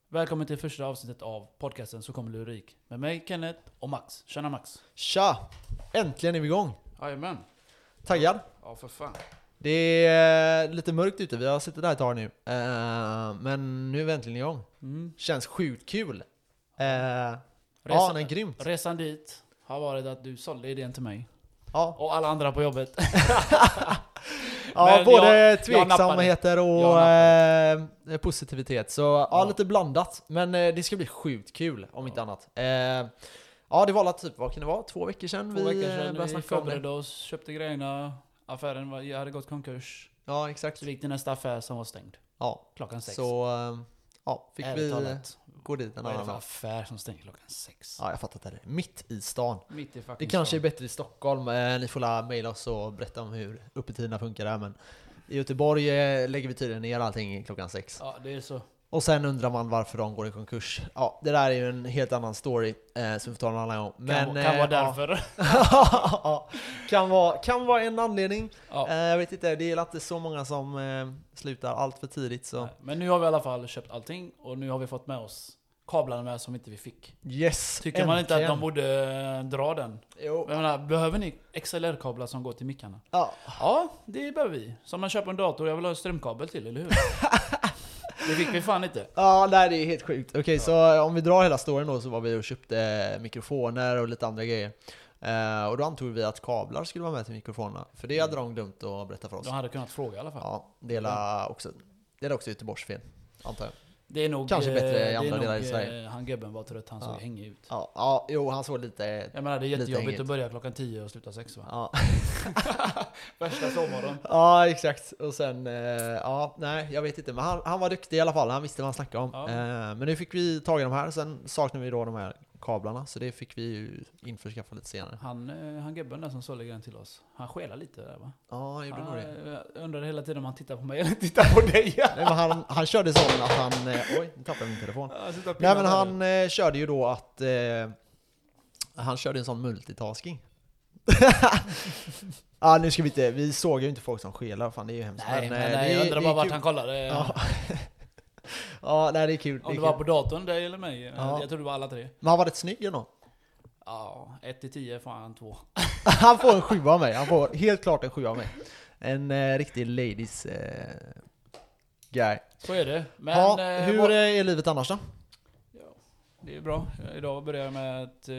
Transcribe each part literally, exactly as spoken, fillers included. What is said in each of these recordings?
Välkommen till första avsnittet av podcasten Så kommer Lyrik. Med mig, Kenneth och Max. Tjena Max. Tja! Äntligen är vi igång. Jajamän. Taggad? Ja, för fan. Det är lite mörkt ute, vi har suttit där ett tag nu. Uh, men nu är vi äntligen igång. Mm. Känns sjukt kul. Uh, ja, Resan, det är grymt. Resan dit har varit att du sålde idén till mig. Ja, Och alla andra på jobbet. ja Men både jag- jag tveksamheter och Jag eh, positivitet. Så ja, Ja. lite blandat. Men eh, det ska bli sjukt kul, om inte annat. Eh, ja, det var alla typ, vad kan det vara? Två veckor sedan Två vi veckor eh, sedan började vi snacka om det. förberedde oss, köpte grejerna. Affären var, jag hade gått konkurs. Ja, exakt. Så vi gick till nästa affär som var stängd. Ja, Klockan sex. så eh, ja, fick Ärligt vi talat, gå dit en vad är det annan för dag. affär som stänger klockan sex? Ja, jag fattar det. Mitt i stan. Mitt i Det fucking kanske är stan. bättre i Stockholm, eh, ni får la mejla oss och berätta om hur öppettiderna funkar där, men i Göteborg eh, lägger vi tydligen ner allting klockan sex. Ja, det är så. Och sen undrar man varför de går i konkurs. Ja, det där är ju en helt annan story eh, som vi får ta en annan gång. Men, kan, kan eh, vara ja. därför. Ja, kan, vara, kan vara en anledning. Ja. Eh, jag vet inte, det är inte så många som eh, slutar allt för tidigt. Så. Nej, men nu har vi i alla fall köpt allting och nu har vi fått med oss kablarna med som inte vi fick. Yes, Tycker man inte att de äntligen. borde eh, dra den? Jo. Jag menar, behöver ni X L R-kablar som går till mickarna? Ja. Ja, det behöver vi. Som man köper en dator, jag vill ha en strömkabel till, eller hur? Det fick vi fan inte. Ja, nej, det är helt sjukt. Okej, så om vi drar hela storyn då, så var vi och köpte mikrofoner och lite andra grejer. Eh, och då antog vi att kablar skulle vara med till mikrofonerna. För det hade de glömt att berätta för oss. De hade kunnat fråga i alla fall. Ja, det är också, det är också Göteborgs fel, antar jag. Det är nog, Kanske eh, bättre i det är andra nog, delar i eh, Sverige. Han gubben var trött, han såg Ja. hängig ut. Ja, ja, jo, han såg lite... Jag menar, det är Lite jättejobbigt hängigt. att börja klockan tio och sluta sex, va? Ja, Värsta sommaren. ja, exakt. Och sen, eh, ja, nej, jag vet inte. Men han, han var duktig i alla fall, han visste vad han snackade om. Ja. Eh, men nu fick vi tag i de här, sen saknade vi då de här kablarna. Så det fick vi ju införskaffa lite senare. Han, eh, han gubben där som sålde grejen till oss, han skelar lite där, va? Ja, han gjorde nog det. Ja, jag undrade hela tiden om han tittar på mig eller tittar på dig. Nej, men han, han körde sån att han... Eh, oj, nu tappade jag min telefon. Ja, sitter och Nej, pillar men där. han eh, körde ju då att... Eh, han körde en sån multitasking. Ja, nu ska vi inte... Vi såg ju inte folk som skelar, fan det är ju hemskt. Nej, men, eh, nej, det, jag undrar det bara är vart kul. han kollade. Ja. Ja, nej, det är kul. Om det det är var kul. på datorn, dig eller mig. Ja. Jag tror det var alla tre. Men han var rätt snygg ändå. Ja, ett till tio får han två. Han får en sjua av mig. Han får helt klart en sjua av mig. En eh, riktig ladies eh, guy. Så är det. Men Ja, eh, hur vad- är livet annars då? ja, det är bra. Idag börjar jag med att eh,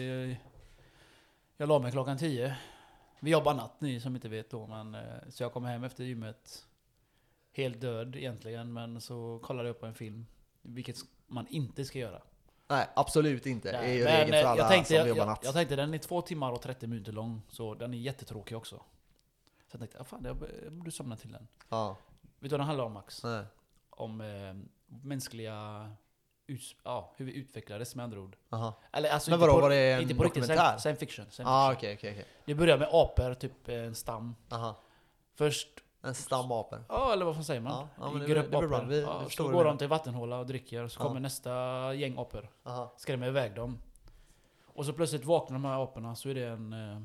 jag la mig klockan tio. Vi jobbar natt, ni som inte vet då. Men, eh, så jag kom hem efter gymmet helt död egentligen. Men så kollade jag på en film. Vilket man inte ska göra. Nej, absolut inte. Det är ju Men, regeln för eh, alla jag, tänkte, som jag, jobbar jag, natt. jag tänkte den är två timmar och trettio minuter lång. Så den är jättetråkig också. Så jag tänkte, ah, fan, jag, jag borde somna till den. Ja, Vet du vad den handlar om, Max? nej. Om eh, mänskliga... Ut, ja, hur vi utvecklades med andra ord. Aha. Eller, alltså, Men inte vadå, på, var det en inte på riktigt, dokumentär? science, science fiction. Science Ah, fiction. okej, okej, okej. Det börjar med apor, typ en stam. Aha. Först, En stamapor. ja eller vad fan säger man? Ja, ja, men En det- grupp det blir bra. apor. Vi- ja, vi så förstår går vad du de till vattenhåla och dricker. Så Ja. kommer nästa gäng apor. Aha. Skrämmer iväg dem. Och så plötsligt vaknar de här aporna så är det en eh,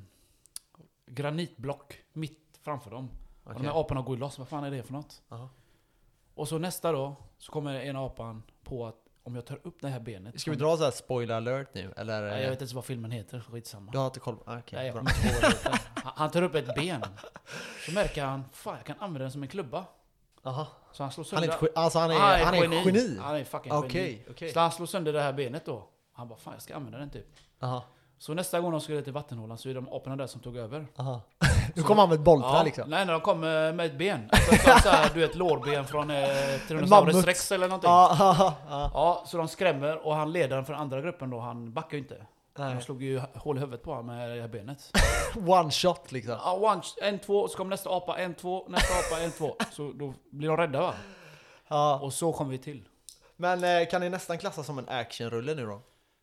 granitblock mitt framför dem. Och Okej. de här aporna går loss. Vad fan är det för något? Aha. Och så nästa då så kommer en apan på att om jag tar upp det här benet. Ska vi som- dra så här spoiler alert nu? Eller? Nej, jag vet inte ens vad filmen heter, skitsamma. Du har inte koll? Ah, okej, Nej, jag bra. kommer inte ihåg vad det heter. han, han tar upp ett ben. Så märker han, fan jag kan använda den som en klubba. Aha. Så han slår Han är, sönder... ett, ge- alltså han är, Ah, han är geni. geni. Han är fucking Okej, geni. okej. Så han slår sönder det här benet då. Han bara, fan jag ska använda den typ. Aha. Så nästa gång de skulle till vattenhålan så är de aporna där som tog över. Aha. Nu kommer han med ett bollträ Ja, liksom. nej, när de kommer med ett ben. Alltså, så här, du vet, lårben från eh, Tyrannosaurus Mammut. rex eller någonting. Ja, aha, ja. Ja, så de skrämmer och han ledaren för andra gruppen då, han backar ju inte. De Nej. slog ju hål i huvudet på honom med det här benet. One shot liksom. Ja, one, en, två, så kommer nästa apa, en, två, nästa apa, en, två. Så då blir de rädda va? Ja. Och så kom vi till. Men eh, kan ni nästan klassa som en actionrulle nu då?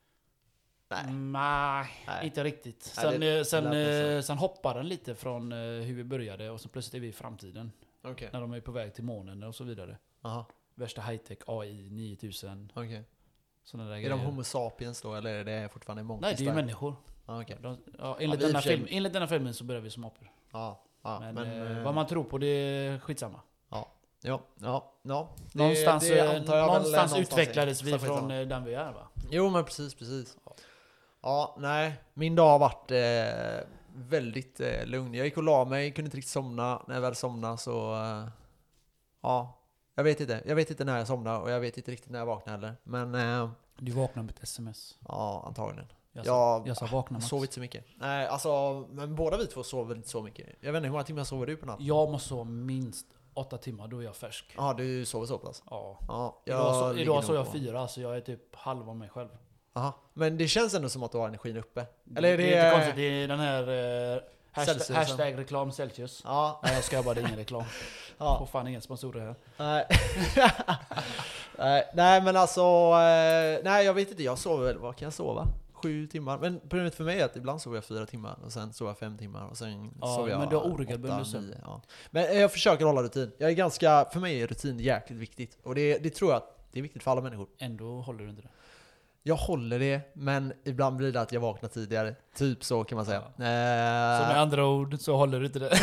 Nej. Mm, Nej, Nej. inte riktigt. Nej, Sen, det- eh, sen, det lät eh, sen hoppar den lite från eh, hur vi började och så plötsligt är vi i framtiden. Okej. När de är på väg till månen och så vidare. Aha. Värsta high-tech, A I nio tusen. Okej. Sådana där Är grejer. de homo sapiens då eller är det fortfarande monkeys? Nej, det är ju där? människor. Ah, okej. De, ja, enligt, Ja, i och denna för sig- film, enligt denna filmen så börjar vi som apor. Ja, ja, Men, men, eh, eh, vad man tror på det är skitsamma. ja. Ja, ja, ja. Det, Någonstans, det eh, antar jag väl någonstans någonstans utvecklades i- vi så skitsamma. från eh, den vi är, va? Jo, men precis, precis. Ja. Ja, nej. Min dag har varit eh, väldigt eh, lugn. Jag gick och la mig, kunde inte riktigt somna. När jag väl somnade så... Eh, ja, jag vet inte. Jag vet inte när jag somnade och jag vet inte riktigt när jag vaknade heller. Men eh, Du vaknade med ett sms. ja, antagligen. Jag Jag, sa, jag sa vakna, jag Max. sov inte så mycket. Nej, alltså, men båda vi två sover inte så mycket. Jag vet inte, hur många timmar sover du på natten? Jag måste sova minst åtta timmar, då är jag färsk. Ja, du sover så pass? Ja. Ja, Idag, så, ligger idag nog sov jag på- fyra, så jag är typ halva mig själv. Aha. Men det känns ändå som att du har energin uppe. Det, Eller är det det... är inte konstigt, det är den här eh, hashtag, Celsius, hashtag reklam Celsius. Ja, Nej, jag ska bara, det är ingen reklam. ja. Får fan inga sponsorer här. Nej. nej, nej men alltså, eh, nej jag vet inte, jag sover väl, vad kan jag sova? Sju timmar. Men problemet för mig är att ibland sover jag fyra timmar och sen sover jag fem timmar och sen Ja, sover jag men du har oregelbunden åtta, sömn. nio, ja. Men eh, jag försöker hålla rutin. Jag är ganska, för mig är rutin jäkligt viktigt. Och det, det tror jag att det är viktigt för alla människor. Ändå håller du inte det. Jag håller det, men ibland blir det att jag vaknar tidigare. Typ så kan man säga. Så Eh, med andra ord så håller du inte det.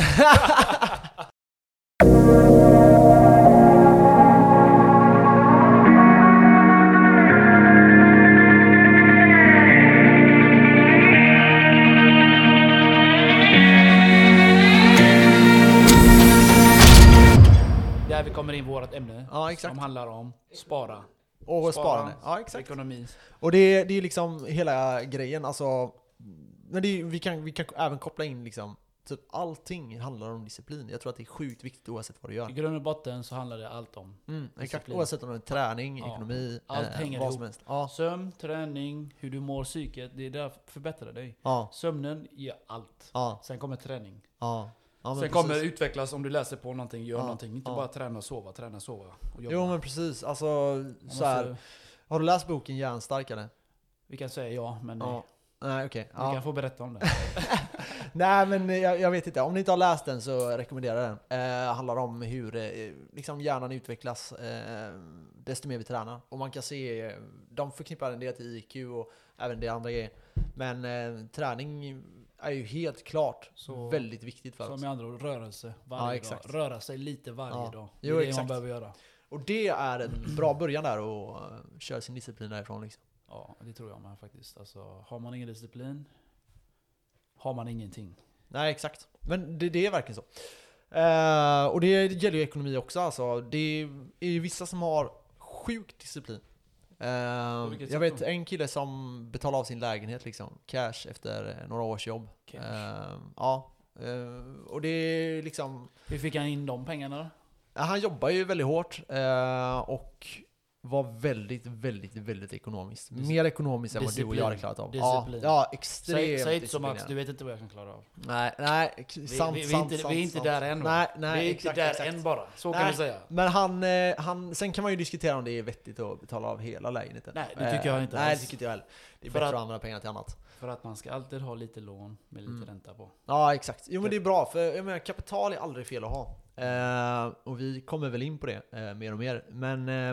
Där vi kommer in på vårt ämne. Ja, exakt. Som handlar om spara. och Spara. sparande. Ja, exakt. Ekonomi. Och det, det är liksom hela grejen, alltså, men det är, vi, kan, vi kan även koppla in liksom, typ allting handlar om disciplin. Jag tror att det är sjukt viktigt oavsett vad du I gör. grund och botten så handlar det allt om Mm, exakt, disciplin. oavsett om det är träning, Ja. ekonomi, Allt eh, hänger vad ihop. som helst. Ja, sömn, träning, hur du mår psyket. Det är där förbättrar dig. ja, Sömnen ger allt. ja, Sen kommer träning. ja. ja men Sen precis. kommer det utvecklas om du läser på någonting, gör Ja, någonting. Inte ja. bara träna och sova, träna och sova. Och jobba. Jo men precis, alltså Man så här. måste- Har du läst boken Hjärnstark eller? Vi kan säga ja, men nej. Ja. Nej okej. Du Ja. kan få berätta om det. Nej men jag, jag vet inte, om ni inte har läst den så rekommenderar jag den. Eh, handlar om hur eh, liksom hjärnan utvecklas eh, desto mer vi tränar. Och man kan se, eh, de förknippar en del till I Q och även det andra grejer. Men eh, träning är ju helt klart Så- väldigt viktigt för Så oss. med andra ord, rörelse varje Ja, dag. exakt. Röra sig lite varje Ja. dag. Det är Jo, det exakt. man behöver göra. Och det är en bra början där och uh, köra sin disciplin därifrån liksom. Ja, det tror jag med faktiskt. Alltså, har man ingen disciplin, har man ingenting. Nej exakt, men det, det är verkligen så. Eh, och det gäller ju ekonomi också alltså. Det är ju vissa som har sjuk disciplin. Eh, På vilket jag sätt vet då? en kille som betalar av sin lägenhet liksom, cash efter eh, några års jobb. Cash. Eh, ja, eh, och det är liksom, Hur fick han in de pengarna då? ja, han jobbar ju väldigt hårt eh, och var väldigt, väldigt, väldigt ekonomiskt. Dis- Mer ekonomiskt än vad du och jag hade Disciplin. klarat av. Disciplin. Ja, ja, extremt Säg, säg inte så Max, disciplinerad. du vet inte vad jag kan klara av. Nej, nej, k- Vi, sant, vi, vi, är sant, inte, sant, vi är inte sant. där än va? Nej, nej, vi är exakt, inte där exakt. än bara. Så Nej. kan vi säga. Men han, eh, han, sen kan man ju diskutera om det är vettigt att betala av hela lägenheten. Nej, det tycker jag inte Nej, alls. det tycker inte jag heller. Det är För bättre att- att använda pengar till annat. För att man ska alltid ha lite lån med lite Mm. ränta på. Ja, exakt. Jo, men det är bra, för jag menar, kapital är aldrig fel att ha. Eh, och vi kommer väl in på det eh, mer och mer. Men eh,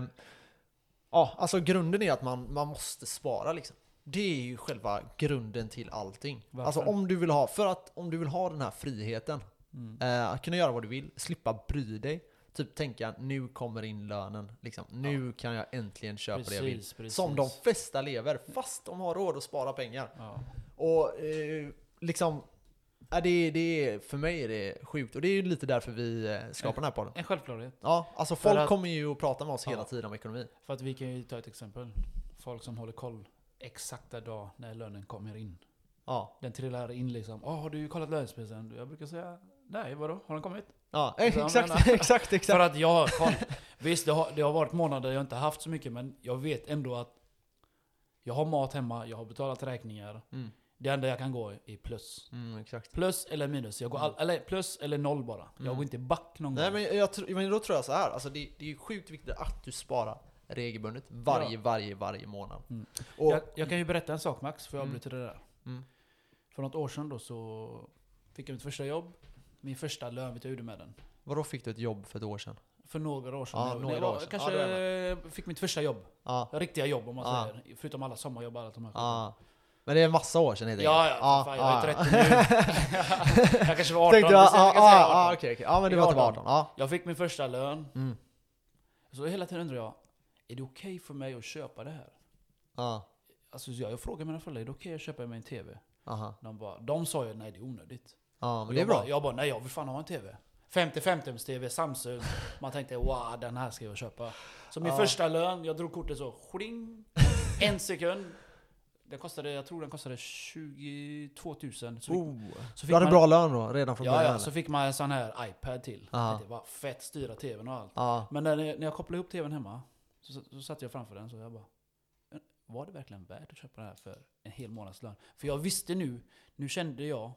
ja, alltså grunden är att man, man måste spara liksom. Det är ju själva grunden till allting. Varför? Alltså om du vill ha, för att om du vill ha den här friheten, Mm. eh, att kunna göra vad du vill, slippa bry dig. Typ tänka, nu kommer in lönen. Liksom. Nu kan jag äntligen köpa det jag vill. Precis, precis. Som de flesta lever, fast de har råd att spara pengar. Ja. Och eh, liksom, ja, det, det är, för mig är det sjukt. Och det är ju lite därför vi eh, skapar den här podden. En självklarhet. Ja, alltså För folk att- kommer ju att prata med oss Ja. hela tiden om ekonomi. För att vi kan ju ta ett exempel. Folk som håller koll exakta dag när lönen kommer in. Ja, Den trillar in liksom. Åh, har du kollat lönespecen? Jag brukar säga, nej vadå? Har den kommit? ja Så jag exakt, menar- exakt, För exakt. att jag har koll. Visst, det har, det har varit månader jag inte haft så mycket, men jag vet ändå att jag har mat hemma, jag har betalat räkningar. Mm, Det enda jag kan gå är plus. mm, exakt. Plus eller minus. Jag går all, eller plus eller noll bara. Jag Mm. går inte back någon Nej, gång. men, jag, tr- men då tror jag så här. Alltså det, det är ju sjukt viktigt att du sparar regelbundet varje, Ja. varje, varje månad. Mm. Och, Jag, jag kan ju berätta en sak Max, för jag Mm. avbryter det där. mm, För något år sedan då så fick jag mitt första jobb. Min första lön, vet jag gjorde med den. vadå fick du ett jobb för ett år sedan? För några år sedan. Ja, Jag- några det var, år sedan. kanske Ja, det fick mitt första jobb. Ja, Riktiga jobb om man Ja. säger. Förutom alla sommarjobb och alla de här. ja, Men det är en massa år sedan helt Ja, ja, ja, fan, ja, jag är trettio nu. Jag kanske var arton. Tänkte jag, jag kan ja, säga ja, arton. ja, okej, okej. Ja, men du var typ arton. Ja. Jag fick min första lön. Mm. Så hela tiden undrar jag, är det okej okay för mig att köpa det här? Ja. Alltså jag, jag frågar mina föräldrar, är det okej okay att köpa mig en tv? Aha. De, bara, de sa ju nej, det är onödigt. Ja, men Och det är jag bra. Bara, jag bara, nej jag vill fan ha en tv. femtio femtio tv, Samsung. Man tänkte, wow, den här ska jag köpa. Så min Ja. första lön, jag drog kortet så, skling, en sekund. Den kostade, jag tror den kostade tjugotvå tusen. Så fick, Oh. så fick Du hade man, bra lön då, redan från ja, början? ja, så fick man en sån här iPad till. Ja. Det var fett, styra tvn och allt. Ja. Men när, när jag kopplade upp tvn hemma, så, så, så satt jag framför den så jag bara, var det verkligen värt att köpa det här för en hel månadslön? För jag visste nu, nu kände jag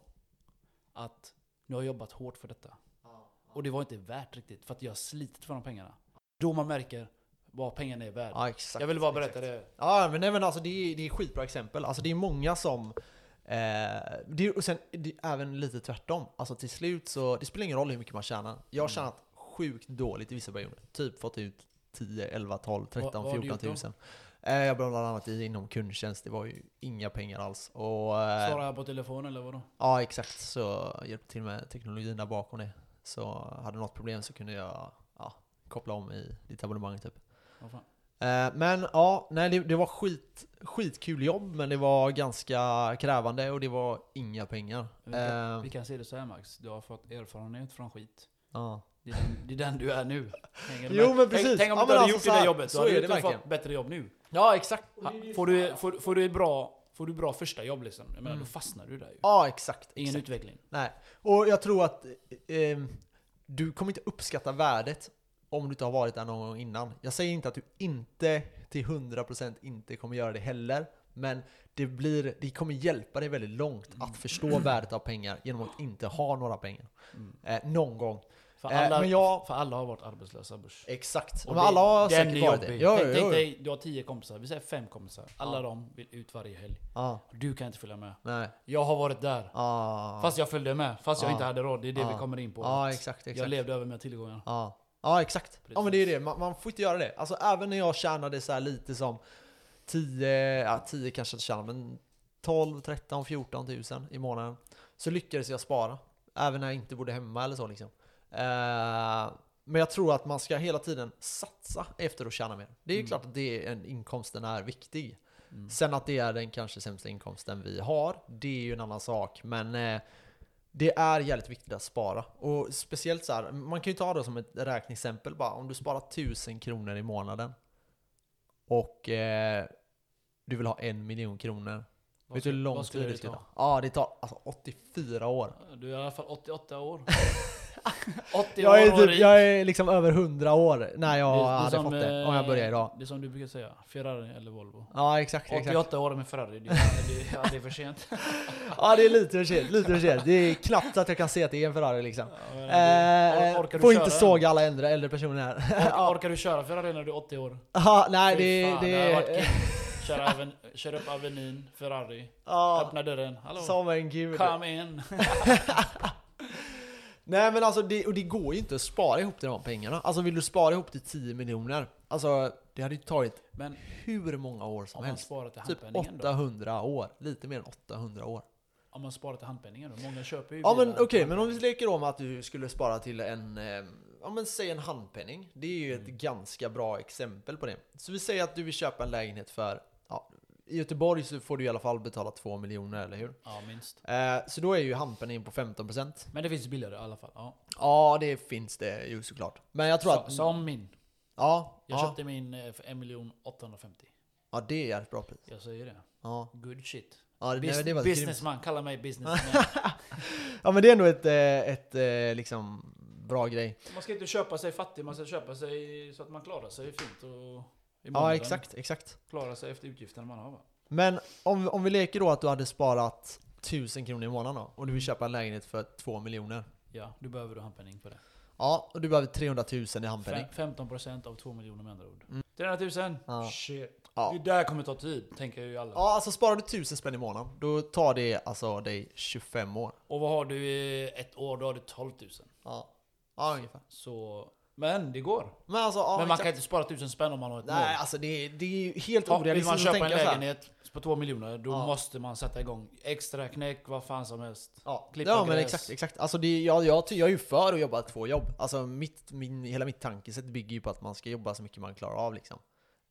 att nu har jag jobbat hårt för detta. Och det var inte värt riktigt, för att jag har slitit för de pengarna. Då man märker vad pengarna är värd. Ja, exakt. Jag vill bara berätta exakt. det. Ja, men, nej, men alltså det är, det är skitbra exempel. Alltså det är många som... Eh, det är, och sen det är även lite tvärtom. Alltså till slut så... Det spelar ingen roll hur mycket man tjänar. Jag har Mm. tjänat sjukt dåligt i vissa perioder. Typ fått ut tio, elva, tolv, Vad- tretton, vad har du fjorton gjort tusen. Eh, jag bland annat i, inom kundtjänst. Det var ju inga pengar alls. Och, eh, Svarar jag på telefon eller vadå? ja, exakt. Så hjälpte till med teknologin där bakom det. Så hade något problem så kunde jag ja, koppla om i ditt abonnemang typ. Vad fan? Eh, men ja, nej, det, det var skit, skitkul jobb, men det var ganska krävande och det var inga pengar. Vi kan, Eh, vi kan se det så här Max, du har fått erfarenhet från skit. ja. Det är den, det är den du är nu. Hänger du Jo, med? men precis. Tänk, tänk om Ja, du men hade alltså gjort så det där här, jobbet, så så hade är du det inte verkligen. fått bättre jobb nu. ja, exakt. Ha, får, du, får, får du ett bra Får du bra första jobb liksom, jag menar Mm. då fastnar du där ju. Ja, exakt. Ingen exakt. utveckling. Nej. Och jag tror att eh, du kommer inte uppskatta värdet om du inte har varit där någon gång innan. Jag säger inte att du inte till hundra procent inte kommer göra det heller. Men det, blir, det kommer hjälpa dig väldigt långt att förstå värdet av pengar genom att inte ha några pengar. Mm. Eh, någon gång. För, Eh, alla, men jag- för alla har varit arbetslösa, Bush. Exakt. Och Men det- alla har den är säkert varit det. jobbig. Jo, tänk, jo, tänk jo. dig, du har tio kompisar, vi säger fem kompisar. Alla Ja. de vill ut varje helg. Ja, Du kan inte följa med. nej. Jag har varit där. Ja. Fast jag följde med. Fast jag Ja. inte hade råd. Det är det Ja. vi kommer in på. Ja, Att exakt, exakt. Jag levde över mina tillgångar. Ja. Ja, exakt. Ja, Precis. men det är det. Man, man får inte göra det. Alltså även när jag tjänade så här lite som tio, ja tio kanske inte tjänade, men tolv, tretton, fjorton tusen i månaden. Så lyckades jag spara. Även när jag inte bodde hemma eller så liksom. Eh, men jag tror att man ska hela tiden satsa efter att tjäna mer. Det är ju Mm. klart att det är en, inkomsten är viktig. Mm. Sen att det är den kanske sämsta inkomsten vi har, det är ju en annan sak. Men eh, det är jävligt viktigt att spara. Och speciellt så här, man kan ju ta det som ett räkneexempel bara. Om du sparar tusen kronor i månaden och eh, du vill ha en miljon kronor. Vad Vet du hur ska- lång vad skulle tid det det ska ta? ta? Ja, det tar alltså åttiofyra år. Du är i alla fall åttioåtta år. åttio Jag är, år typ, rik. jag är liksom över hundra år när jag Det är- det är hade som, fått det. Om jag börjar idag. Det är som du brukar säga. Ferrari eller Volvo. Ja, exakt. exakt. åttioåtta år med Ferrari. Det, det, ja, det är för sent. Ja, det är lite för sent. Lite för sent. Det är knappt att jag kan se att det är en Ferrari liksom. Ja, men det- Eh, or- orkar du får köra inte den? såga alla äldre, äldre personer här. Orkar, orkar du köra Ferrari när du är åttio år? Ja, nej Fy det, fan, det, hade varit kul. Kör, aven, kör upp Avenyn, Ferrari. ja, Öppna dörren. Hallå. som en gud. Come in. Nej men alltså det, och det går ju inte att spara ihop till de pengarna. Alltså vill du spara ihop till tio miljoner, alltså det hade ju tagit Men hur många år som om man helst. sparar till Typ handpenningen då? åttahundra år, lite mer än åttahundra år. Om man sparar till handpenningen då? Många köper ju Ja men bilar. okej, men om vi leker om att du skulle spara till en, eh, ja men säg en handpenning. Det är ju ett Mm. ganska bra exempel på det. Så vi säger att du vill köpa en lägenhet för, ja, i Göteborg så får du i alla fall betala två miljoner, eller hur? Ja, minst. Eh, så då är ju handpenningen på femton procent. Men det finns billigare i alla fall. Ja. Ja, det finns det ju såklart. Men jag tror Så, att... som min. Ja, Jag ja, köpte min eh, för en miljon åttahundrafemtio. ja, det är ett bra pris. Jag säger det. Ja, Good shit. ja, det, Bus- nej, det var ett grymt. businessman, kalla mig businessman. Ja, men det är ändå ett, eh, ett eh, liksom bra grej. Man ska inte köpa sig fattig, man ska köpa sig så att man klarar sig fint och i Ja, månaden. exakt, exakt. Klara sig efter utgifterna man har, va? Men om, om vi leker då att du hade sparat tusen kronor i månaden då, och du vill köpa en lägenhet för två miljoner. Ja, du behöver du handpenning på det. Ja, och du behöver trehundratusen i handpenning. Fem- femton procent av två miljoner med andra ord. Mm. trehundratusen? Ja. Shit. Ja. Det där kommer ta tid, tänker ju alla. Ja, alltså sparar du tusen spänn i månaden, då tar det alltså dig tjugofem år. Och vad har du i ett år? Då har du tolv tusen. Ja, ja ungefär. Så Men det går. Men, alltså, ja, Men man exakt. kan inte spara tusen spänn om man har ett Nej, mål. alltså det, det är ju helt Ja, vill man orealistiskt att köpa en tänka så här. lägenhet på två miljoner, då Ja. måste man sätta igång extra knäck, vad fan som helst. Ja, Klippa ja men gräs. exakt, exakt. Alltså det, jag, jag, ty- jag är ju för att jobba två jobb. Alltså mitt, min, hela mitt tankesätt bygger ju på att man ska jobba så mycket man klarar av liksom.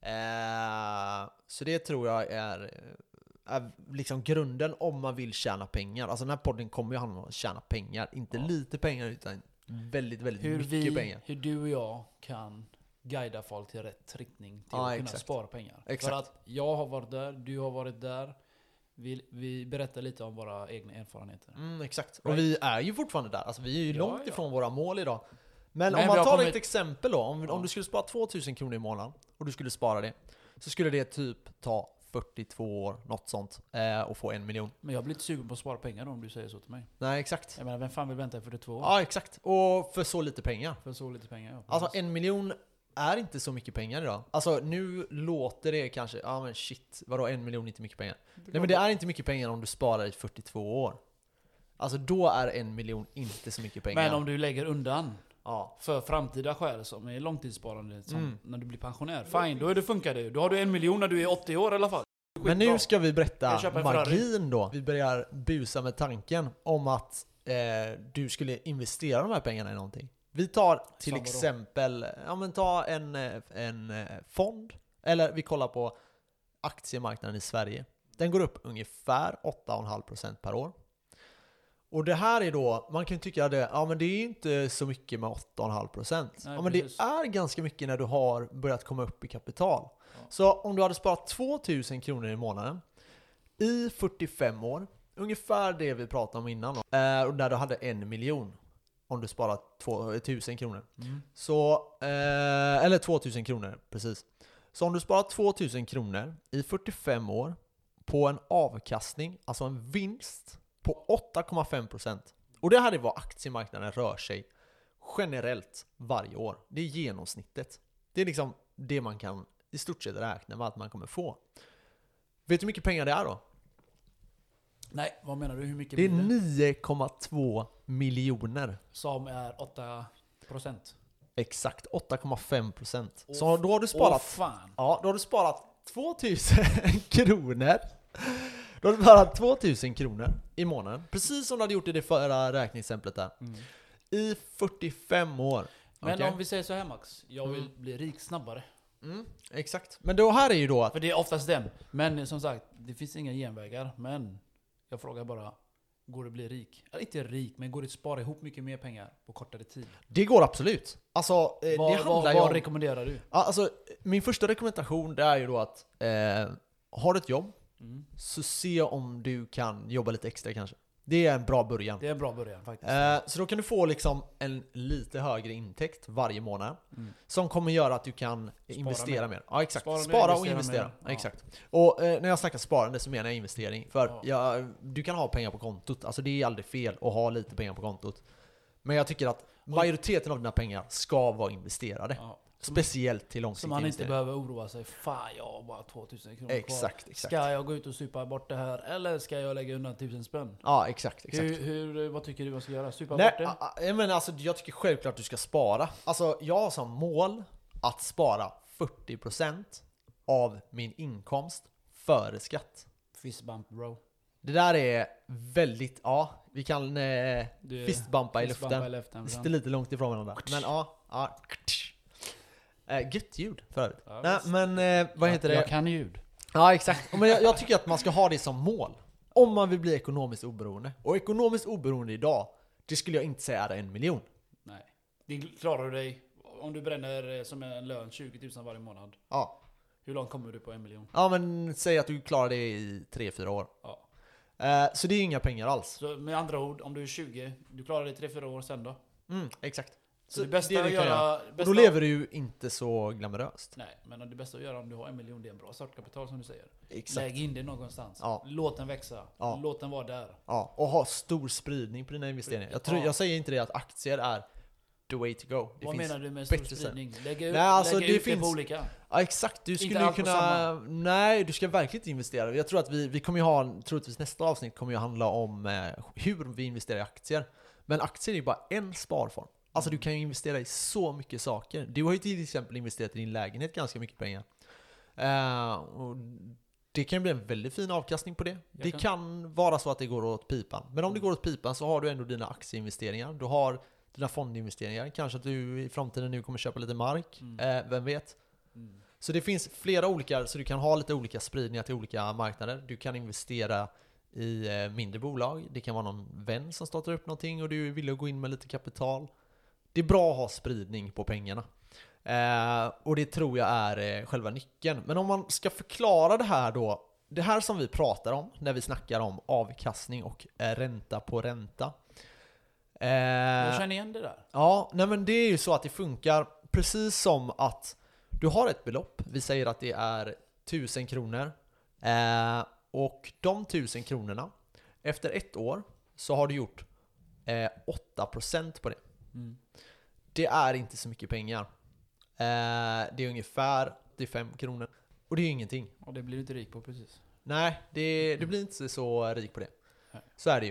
Eh, så det tror jag är, är liksom grunden om man vill tjäna pengar. Alltså den här podden kommer ju handla om att tjäna pengar. Inte Ja. lite pengar utan väldigt, väldigt Hur mycket vi, pengar. hur du och jag kan guida folk till rätt riktning till Ja, att kunna exakt. spara pengar. Exakt. För att jag har varit där, du har varit där. Vi, vi berättar lite om våra egna erfarenheter. Mm, exakt. Right. Och vi är ju fortfarande där. Alltså vi är ju Ja, långt ja. ifrån våra mål idag. Men, Men om vi man har tar kommit- ett exempel då. Om, Ja. om du skulle spara tvåtusen kronor i månaden och du skulle spara det, så skulle det typ ta fyrtiotvå år, något sånt, eh, och få en miljon. Men jag blir inte sugen på att spara pengar då, om du säger så till mig. Nej, exakt. Jag menar, vem fan vill vänta i fyrtiotvå år? Ja, exakt. Och för så lite pengar. För så lite pengar, ja. Alltså precis. en miljon är inte så mycket pengar idag. Alltså nu låter det kanske, ja men shit, vadå en miljon inte mycket pengar? Nej men det är inte mycket pengar om du sparar i fyrtiotvå år. Alltså då är en miljon inte så mycket pengar. Men om du lägger undan Ja. för framtida skäl som är långtidssparande, som Mm. när du blir pensionär. Fine, då är det funkar det ju. Då har du en miljon när du är åttio år i alla fall. Men nu ska vi berätta Jag köper en Ferrari. magin då. Vi börjar busa med tanken om att eh, du skulle investera de här pengarna i någonting. Vi tar till Som vadå? exempel, ja men ta en, eh, en eh, fond. Eller vi kollar på aktiemarknaden i Sverige. Den går upp ungefär åtta komma fem procent per år. Och det här är då, man kan ju tycka att det, ja, men det är inte så mycket med åtta komma fem procent. Nej, Ja, men precis. det är ganska mycket när du har börjat komma upp i kapital. Ja. Så om du hade sparat tvåtusen kronor i månaden i fyrtiofem år, ungefär det vi pratade om innan då, eh, och där du hade en miljon om du sparat tusen kronor. Mm. Så, eh, eller tvåtusen kronor, precis. Så om du sparar tvåtusen kronor i fyrtiofem år på en avkastning, alltså en vinst på åtta komma fem procent. Och det här är vad aktiemarknaden rör sig generellt varje år. Det är genomsnittet. Det är liksom det man kan i stort sett räkna med att man kommer få. Vet du hur mycket pengar det är då? Nej, vad menar du? Hur mycket Det är blir det? nio komma två miljoner. Som är åtta procent. Exakt, åtta komma fem procent. Åh, Så då har du Åh sparat fan! Ja, då har du sparat tvåtusen kronor. Då har du sparat tvåtusen kronor i månaden. Precis som du hade gjort i det förra räkneexemplet där. Mm. I fyrtiofem år. Men Okej? om vi säger så här Max, jag vill Mm. bli rik snabbare. Mm, exakt. Men då här är ju då att... För det är oftast den. Men som sagt, det finns inga genvägar. Men jag frågar bara, går det bli rik? Eller inte rik, men går det att spara ihop mycket mer pengar på kortare tid? Det går absolut. Alltså, eh, det Vad, handlar vad, ju vad om... rekommenderar du? Ja, alltså, min första rekommendation det är ju då att eh, har du ett jobb Mm. så se om du kan jobba lite extra kanske. Det är en bra början. Det är en bra början faktiskt. Eh, så då kan du få liksom en lite högre intäkt varje månad. Mm. Som kommer göra att du kan investera mer. mer. Ja, exakt. Spara Spara, mer, och investera investera. mer. Ja. Ja. Exakt. Och eh, när jag snackar sparande så menar jag investering. För Ja. jag, du kan ha pengar på kontot. Alltså det är aldrig fel att ha lite pengar på kontot. Men jag tycker att majoriteten av dina pengar ska vara investerade. Ja. Speciellt till Så långsiktig man inte investering. behöver oroa sig. Fan, jag har bara tvåtusen kronor kvar. Exakt, exakt. Ska jag gå ut och supa bort det här? Eller ska jag lägga undan tusen spänn? Ja, exakt. exakt. Hur, hur, vad tycker du man ska göra? Supa Nej, bort det? a- a- jag menar alltså, jag tycker självklart att du ska spara. Alltså, jag har som mål att spara fyrtio procent av min inkomst före skatt. Fist bump bro. Det där är väldigt, ja, vi kan eh, Du- fistbumpa i fist luften. bumpa i luften. Vi sitter lite långt ifrån varandra. Men ja, ja. Eh, gött ljud förut. Ja, Nej, visst. men eh, vad heter jag, det? Jag kan ljud. Ja, exakt. Men jag, jag tycker att man ska ha det som mål. Om man vill bli ekonomiskt oberoende. Och ekonomiskt oberoende idag, det skulle jag inte säga är en miljon. Nej. Det klarar du dig om du bränner eh, som en lön tjugo tusen varje månad. Ja. Hur långt kommer du på en miljon? Ja, men säg att du klarar det i tre fyra år. Ja. Eh, så det är inga pengar alls. Så med andra ord, om du är tjugo, du klarar det i tre fyra år sen då? Mm, exakt. Så, det bästa det att du kan göra... Och Bästa, då lever du ju inte så glamoröst. Nej, men det bästa att göra om du har en miljon, det är en bra startkapital som du säger. Exakt. Lägg in det någonstans. Ja. Låt den växa. Ja. Låt den vara där. Ja, och ha stor spridning på dina investeringar. Jag, tror, Ja. jag säger inte det att aktier är the way to go. Det Vad finns menar du med stor bättre sätt. spridning? Lägga ut, Nej, alltså, lägga det ut det finns- på olika. Ja, exakt. Du skulle ju allt på kunna... samma. Nej, du ska verkligen inte investera. Jag tror att vi, vi kommer ju ha... Troligtvis nästa avsnitt kommer ju handla om eh, hur vi investerar i aktier. Men aktier är ju bara en sparform. Alltså du kan ju investera i så mycket saker. Du har ju till exempel investerat i din lägenhet ganska mycket pengar. Uh, och det kan bli en väldigt fin avkastning på det. Jag det kan... kan vara så att det går åt pipan. Men om det går åt pipan så har du ändå dina aktieinvesteringar. Du har dina fondinvesteringar. Kanske att du i framtiden nu kommer köpa lite mark. Mm. Uh, vem vet? Mm. Så det finns flera olika, så du kan ha lite olika spridningar till olika marknader. Du kan investera i uh, mindre bolag. Det kan vara någon vän som startar upp någonting och du vill gå in med lite kapital. Det är bra att ha spridning på pengarna. Eh, och det tror jag är eh, själva nyckeln. Men om man ska förklara det här då. Det här som vi pratar om när vi snackar om avkastning och eh, ränta på ränta. Eh, jag känner igen det där. Ja, nej men det är ju så att det funkar precis som att du har ett belopp. Vi säger att det är tusen kronor. Eh, och de tusen kronorna, efter ett år så har du gjort eh, åtta procent på det. Mm. Det är inte så mycket pengar. Eh, det är ungefär åttiofem kronor. Och det är ju ingenting. Och det blir du inte rik på precis. Nej, det, du blir inte så rik på det. Nej. Så är det ju.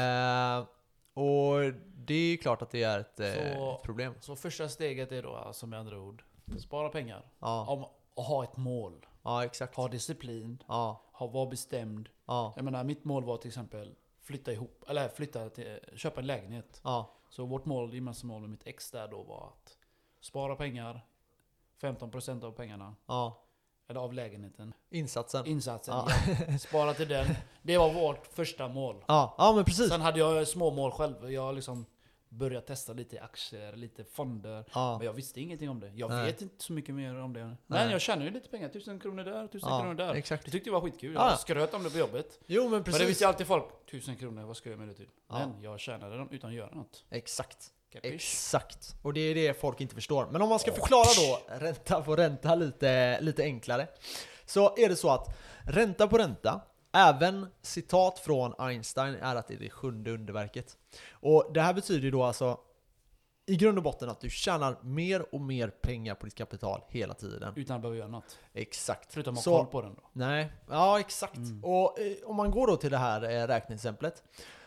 Eh, och det är ju klart att det är ett, så, ett problem. Så första steget är då, alltså med andra ord, spara pengar. Ja. Om, och ha ett mål. Ja, exakt. Ha disciplin. Ja. Ha, var bestämd. Ja. Jag menar, mitt mål var till exempel flytta ihop, eller flytta till, köpa en lägenhet. Ja. Så vårt mål, gemensamma mål med mitt ex där då var att spara pengar, femton procent av pengarna. Ja. Eller av lägenheten. Insatsen. Insatsen, ja. Ja. Spara till den. Det var vårt första mål. Ja, ja men precis. Sen hade jag små mål själv. Jag liksom började testa lite aktier, lite fonder. Ja. Men jag visste ingenting om det. Jag Nej. vet inte så mycket mer om det. Men Nej. jag tjänar ju lite pengar. Tusen kronor där, tusen ja, kronor där. Exakt. Det tyckte jag var skitkul. Ja. Jag skröt om det på jobbet. Jo, men precis. Men det visste ju alltid folk. Tusen kronor, vad ska jag med det till? Ja. Men jag tjänade dem utan att göra något. Exakt. Capish. Exakt. Och det är det folk inte förstår. Men om man ska förklara då ränta på ränta lite, lite enklare. Så är det så att ränta på ränta, även citat från Einstein, är att det är det sjunde underverket. Och det här betyder ju då alltså i grund och botten att du tjänar mer och mer pengar på ditt kapital hela tiden. Utan att behöva göra något. Exakt. Förutom att ha koll på den då. Nej, ja exakt. Mm. Och eh, om man går då till det här eh, räkneexemplet.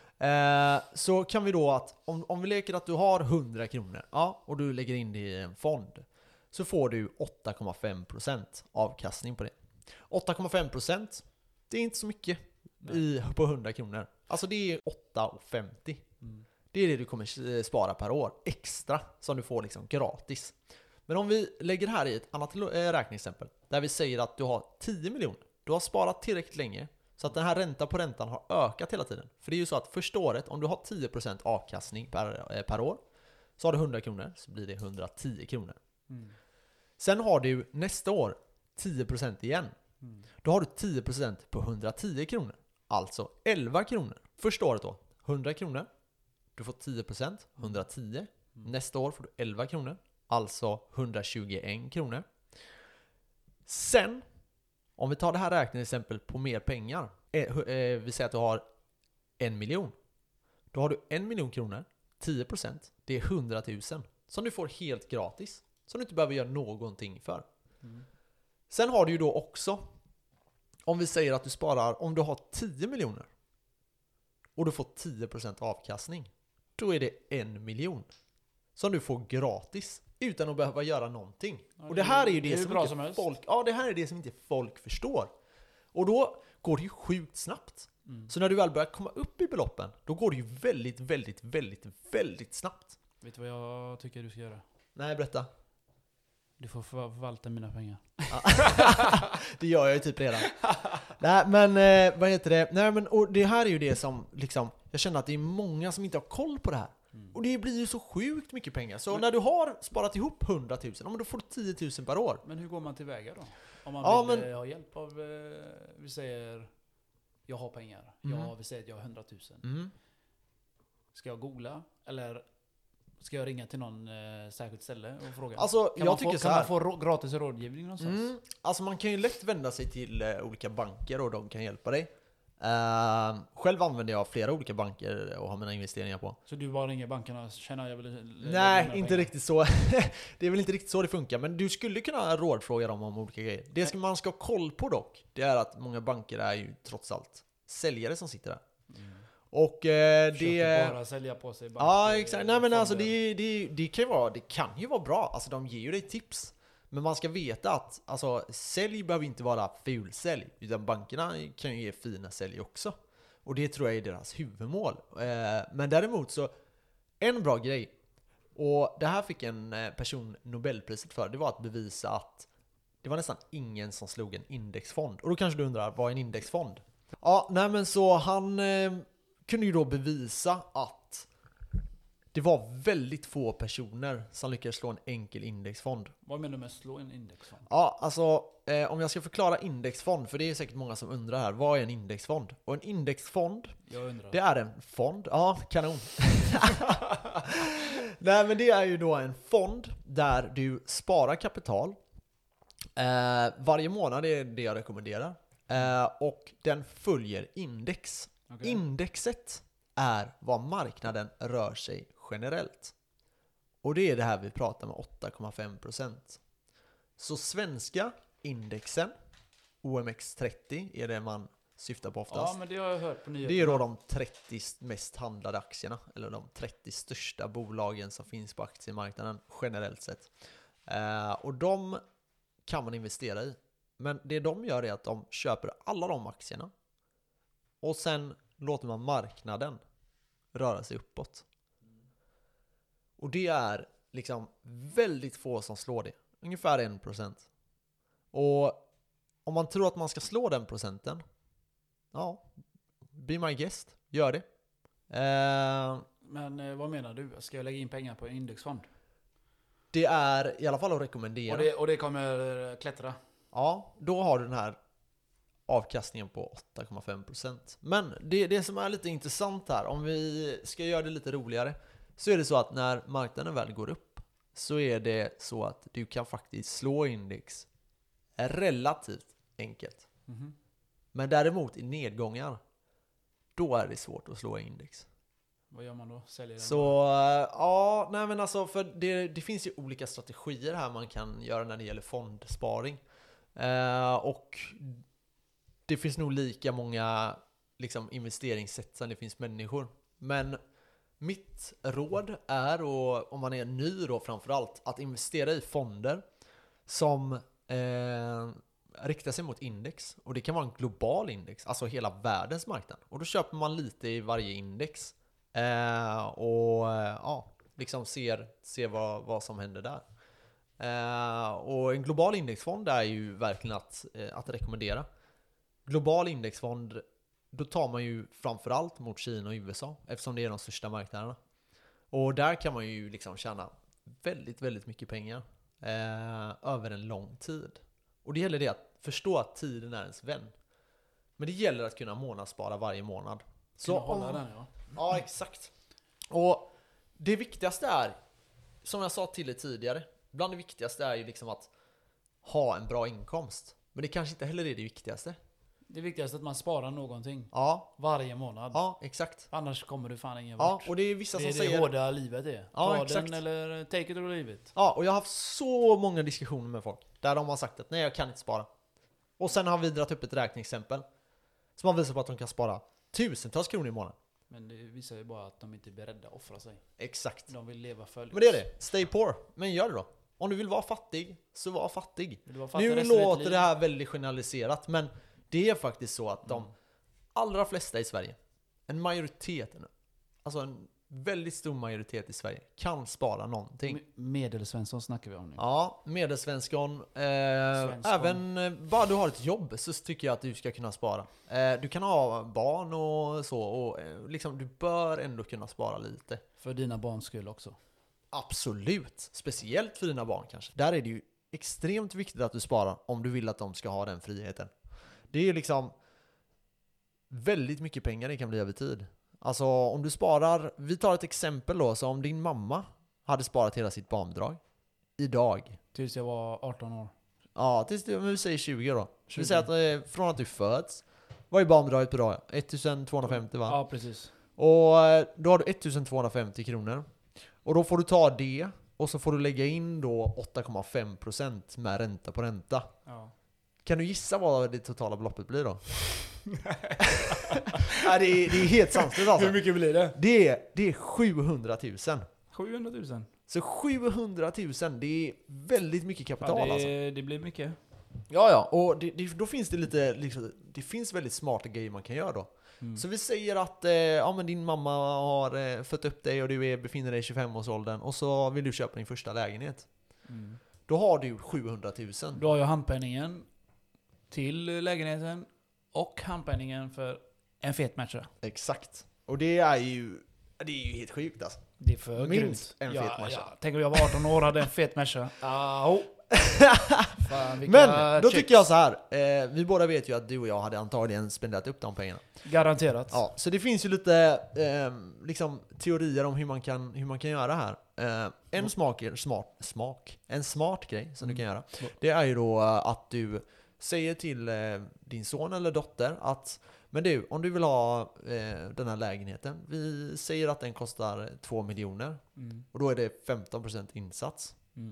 Eh, så kan vi då att om, om vi leker att du har hundra kronor, ja, och du lägger in det i en fond, så får du åtta komma fem procent avkastning på det. åtta komma fem procent, det är inte så mycket i, på hundra kronor. Alltså det är åtta komma femtio. Mm. Det är det du kommer spara per år extra som du får liksom gratis. Men om vi lägger här i ett annat räkneexempel där vi säger att du har tio miljoner. Du har sparat tillräckligt länge så att den här ränta på räntan har ökat hela tiden. För det är ju så att första året, om du har tio procent avkastning per, per år, så har du hundra kronor, så blir det hundratio kronor. Mm. Sen har du nästa år tio procent igen. Mm. Då har du tio procent på hundratio kronor. Alltså elva kronor. Första året då, hundra kronor. Du får tio procent, hundratio. Mm. Nästa år får du elva kronor. Alltså hundratjugoen kronor. Sen, om vi tar det här räkneexempel på mer pengar. Eh, eh, vi säger att du har en miljon. Då har du en miljon kronor. tio procent, det är hundratusen. Som du får helt gratis. Som du inte behöver göra någonting för. Mm. Sen har du ju då också, om vi säger att du sparar, om du har tio miljoner. Och du får tio procent avkastning. Då är det en miljon. Som du får gratis. Utan att behöva göra någonting. Ja, och det här är ju det, det är som, inte som folk, ja, det här är det som inte folk förstår. Och då går det ju sjukt snabbt. Mm. Så när du väl börjar komma upp i beloppen, då går det ju väldigt, väldigt, väldigt, väldigt snabbt. Vet du vad jag tycker du ska göra? Nej, berätta. Du får förvalta mina pengar. Det gör jag ju typ redan. Nej, men eh, vad heter det? Nej, men och det här är ju det som liksom, jag känner att det är många som inte har koll på det här. Mm. Och det blir ju så sjukt mycket pengar. Så men, när du har sparat ihop hundratusen, då får du tio tusen per år. Men hur går man tillväga då? Om man ja, vill men, ha hjälp av, eh, vi säger, jag har pengar. Mm. Jag, vi säger att jag har hundratusen. Mm. Ska jag googla? Eller ska jag ringa till någon eh, särskilt ställe och fråga? Alltså, kan jag man tycker få, så kan här. man få rå- gratis rådgivning någonstans? Mm. Alltså man kan ju lätt vända sig till eh, olika banker och de kan hjälpa dig. Uh, själv använder jag flera olika banker och har mina investeringar på. Så du bara ringer bankerna och känner jag vill... Nej, inte pengar. Riktigt så. Det är väl inte riktigt så det funkar. Men du skulle kunna rådfråga dem om olika grejer. Det som man ska ha koll på dock, det är att många banker är ju trots allt säljare som sitter där. Mm. Och eh, Försöker det... bara sälja på sig. Ja, exakt. Nej, men fonder. alltså det, det, det kan ju vara, det kan ju vara bra. Alltså de ger ju dig tips. Men man ska veta att alltså, sälj behöver inte vara fulsälj. Utan bankerna kan ju ge fina sälj också. Och det tror jag är deras huvudmål. Eh, men däremot så, en bra grej. Och det här fick en person Nobelpriset för. Det var att bevisa att det var nästan ingen som slog en indexfond. Och då kanske du undrar, vad är en indexfond? Ja, nej men så han eh, kunde ju då bevisa att det var väldigt få personer som lyckades slå en enkel indexfond. Vad menar du med slå en indexfond? Ja, alltså eh, om jag ska förklara indexfond, för det är säkert många som undrar här, vad är en indexfond? Och en indexfond, Jag undrar. det är en fond, ja kanon. Nej men det är ju då en fond där du sparar kapital. Eh, varje månad är det jag rekommenderar. Eh, och den följer index. Okay. Indexet är vad marknaden rör sig generellt. Och det är det här vi pratar med åtta komma fem procent. Så svenska indexen, O M X trettio, är det man syftar på oftast. Ja, men det har jag hört på nyheterna. Det är då de trettio mest handlade aktierna, eller de trettio största bolagen som finns på aktiemarknaden generellt sett. Eh, och de kan man investera i. Men det de gör är att de köper alla de aktierna och sen låter man marknaden röra sig uppåt. Och det är liksom väldigt få som slår det. Ungefär en procent. Och om man tror att man ska slå den procenten, ja, be my guest, gör det. Eh, Men eh, vad menar du? Ska jag lägga in pengar på en indexfond? det är i alla fall att rekommendera. Och det, och det kommer klättra? Ja, då har du den här avkastningen på åtta komma fem procent. Men det, det som är lite intressant här, om vi ska göra det lite roligare, så är det så att när marknaden väl går upp så är det så att du kan faktiskt slå index relativt enkelt. Mm-hmm. Men däremot i nedgångar, då är det svårt att slå index. Vad gör man då? Säljer den? Så ja, nej men alltså för det, det finns ju olika strategier här man kan göra när det gäller fondsparing. Eh, och det finns nog lika många liksom, investeringssätt som det finns människor. Men mitt råd är, och om man är ny då framförallt, att investera i fonder som eh, riktar sig mot index. Och det kan vara en global index, alltså hela världens marknad. Och då köper man lite i varje index. Eh, och ja, liksom ser, ser vad, vad som händer där. Eh, och en global indexfond är ju verkligen att, eh, att rekommendera. Global indexfond, då tar man ju framförallt mot Kina och U S A, eftersom det är de största marknaderna. Och där kan man ju liksom tjäna väldigt, väldigt mycket pengar eh, över en lång tid. Och det gäller det att förstå att tiden är ens vän. Men det gäller att kunna månadsspara varje månad. Så hålla om, den, ja. Ja, exakt. Och det viktigaste är, som jag sa till er tidigare, bland det viktigaste är ju liksom att ha en bra inkomst. Men det kanske inte heller är det viktigaste. Det viktigaste är att man sparar någonting. Ja. Varje månad. Ja, exakt. Annars kommer du fan ingen Ja, vart. och det är vissa det som är säger... det hårda livet är. Ja, Ta exakt. den eller take it or leave it. Ja, och jag har haft så många diskussioner med folk där de har sagt att nej, jag kan inte spara. Och sen har vi dragit upp ett räkneexempel som har visat på att de kan spara tusentals kronor i månaden. Men det visar ju bara att de inte är beredda att offra sig. Exakt. De vill leva för lyx. Men det är det. Stay poor. Men gör det då. Om du vill vara fattig, så var fattig. Vill du vara fattig Nu resten av ditt låter liv? det här väldigt generaliserat, men det är faktiskt så att de Mm. allra flesta i Sverige, en majoritet, alltså en väldigt stor majoritet i Sverige, kan spara någonting. Me- Medelsvensson snackar vi om nu. Ja, medelsvenskon. Eh, Svenskon. även eh, bara du har ett jobb så tycker jag att du ska kunna spara. Eh, du kan ha barn och så, och eh, liksom, du bör ändå kunna spara lite. För dina barns skull också. Absolut, speciellt för dina barn kanske. Där är det ju extremt viktigt att du sparar om du vill att de ska ha den friheten. Det är ju liksom väldigt mycket pengar det kan bli över tid. Alltså om du sparar, vi tar ett exempel då, så om din mamma hade sparat hela sitt barnbidrag idag. Tills jag var arton år. Ja, tills du, men vi säger tjugo då. tjugo. Vi säger att eh, från att du föds, vad är barnbidraget per dag? ettusentvåhundrafemtio va? Ja, precis. Och eh, då har du ettusentvåhundrafemtio kronor. Och då får du ta det, och så får du lägga in då åtta komma fem procent med ränta på ränta. Ja. Kan du gissa vad det totala beloppet blir då? Ja, det, är, det är helt sanslöst alltså. Hur mycket blir det? Det är, det är sjuhundratusen. sjuhundratusen. Så sjuhundratusen, det är väldigt mycket kapital Ja, det, alltså. det blir mycket. Ja, ja. Och det, det, då finns det lite, liksom, det finns väldigt smarta grejer man kan göra då. Mm. Så vi säger att eh, ja, men din mamma har eh, fött upp dig och du är, befinner dig i tjugofem-årsåldern och så vill du köpa din första lägenhet. Mm. Då har du sjuhundratusen. Du har ju handpenningen till lägenheten och handpenningen för en fet matcha. Exakt. Och det är ju, det är ju helt sjukt alltså. Det är för Minst grymt. en ja, fet matcha. Ja. Tänk om jag var arton år och hade en fet matcha. Ah, oh. Fan, vilka Men då checks. tycker jag så här. Eh, vi båda vet ju att du och jag hade antagligen spenderat upp de pengarna. Garanterat. Ja, så det finns ju lite eh, liksom, teorier om hur man kan, hur man kan göra här. Eh, en Mm. smak, smart, smak, en smart grej som Mm. du kan göra. Mm. Det är ju då eh, att du säger till eh, din son eller dotter att men du, om du vill ha eh, den här lägenheten, vi säger att den kostar två miljoner Mm. och då är det femton procent insats. Mm.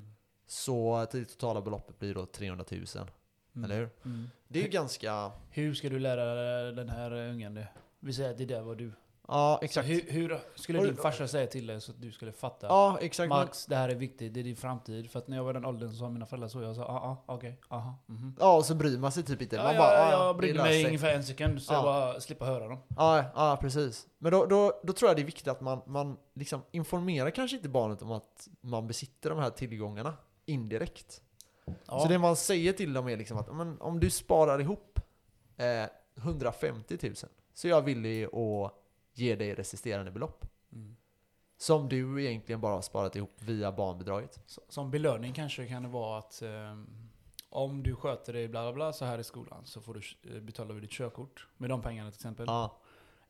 Så det totala beloppet blir då trehundratusen, Mm. eller hur? Mm. Det är ju ganska... Hur ska du lära den här ungen det? Vi säger att det där var du. Ja, Så exakt. hur, hur skulle Och- din farsa säga till dig så att du skulle fatta? Ja, exakt. men- Max, det här är viktigt, det är din framtid. För att när jag var den åldern så sa mina föräldrar så, jag sa ah, ah, okej, aha, mhm. Ja, och så bryr man sig typ inte. Ja, Man ja, bara, ja, ah, jag det brydde löser mig sig. ungefär en sekund så Ja. jag bara slippa höra dem. Ja, ja, precis. Men då, då, då tror jag det är viktigt att man, man liksom informerar kanske inte barnet om att man besitter de här tillgångarna indirekt. Ja. Så det man säger till dem är liksom att men, om du sparar ihop eh, hundrafemtio tusen så är jag villig att ge dig resterande belopp. Mm. Som du egentligen bara har sparat ihop via barnbidraget. Så- Som belöning kanske kan det vara att ehm, om du sköter dig bla bla bla så här i skolan så får du eh, betala vid ditt körkort med de pengarna till exempel. Ja,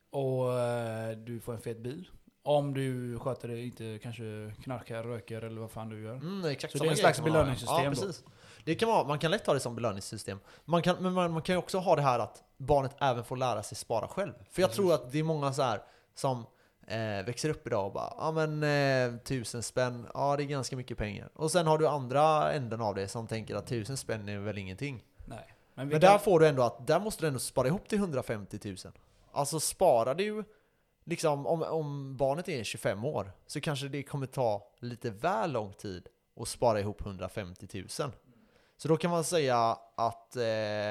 Och eh, du får en fet bil. Om du sköter dig inte kanske knarkar, röker eller vad fan du gör. mm, exakt. Så samma det är en grej slags kan man ha. belöningssystem Ja, då. precis. Det kan vara, man kan lätt ha det som belöningssystem. Man kan, men man, man kan ju också ha det här att barnet även får lära sig spara själv. För jag Precis. tror att det är många så här som eh, växer upp idag och bara ja men eh, tusen spänn, ja det är ganska mycket pengar. Och sen har du andra änden av det som tänker att tusen spänn är väl ingenting. Nej. Men, vi Men kan- där får du ändå att, där måste du ändå spara ihop till hundrafemtio tusen. Alltså sparar du liksom, om, om barnet är tjugofem år så kanske det kommer ta lite väl lång tid att spara ihop hundrafemtio tusen. Så då kan man säga att eh,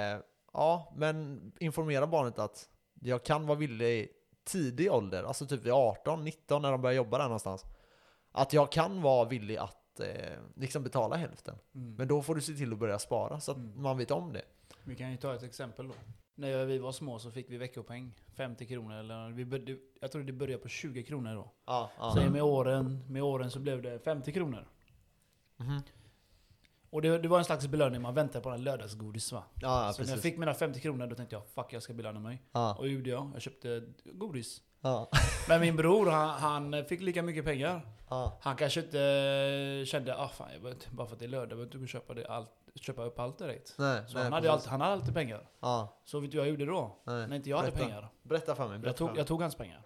ja, men informera barnet att jag kan vara villig i tidig ålder, alltså typ vid arton nitton när de börjar jobba där någonstans, att jag kan vara villig att eh, liksom betala hälften. Mm. Men då får du se till att börja spara så att Mm. man vet om det. Vi kan ju ta ett exempel då. När vi var små så fick vi veckopeng. femtio kronor eller vi började, jag tror det började på tjugo kronor då. Ja, ja. Så med åren, med åren så blev det femtio kronor. Mhm. Och det, det var en slags belöning, man väntade på en lördagsgodis va? Ja, ja, Så när jag precis. fick mina femtio kronor då tänkte jag fuck jag ska belöna mig. Ja, Och det gjorde jag, jag köpte godis. ja, Men min bror han, han fick lika mycket pengar. ja. Han kanske inte kände ah fan jag behöver inte, bara för att det är lördag jag behöver inte köpa, det allt, köpa upp allt direkt. Nej, Så nej, han, hade precis. alltid, han hade alltid pengar. Ja, Så vet du vad jag gjorde då? nej. När inte jag hade Berätta. pengar. Berätta för mig. Berätta Jag tog, för mig. jag tog hans pengar.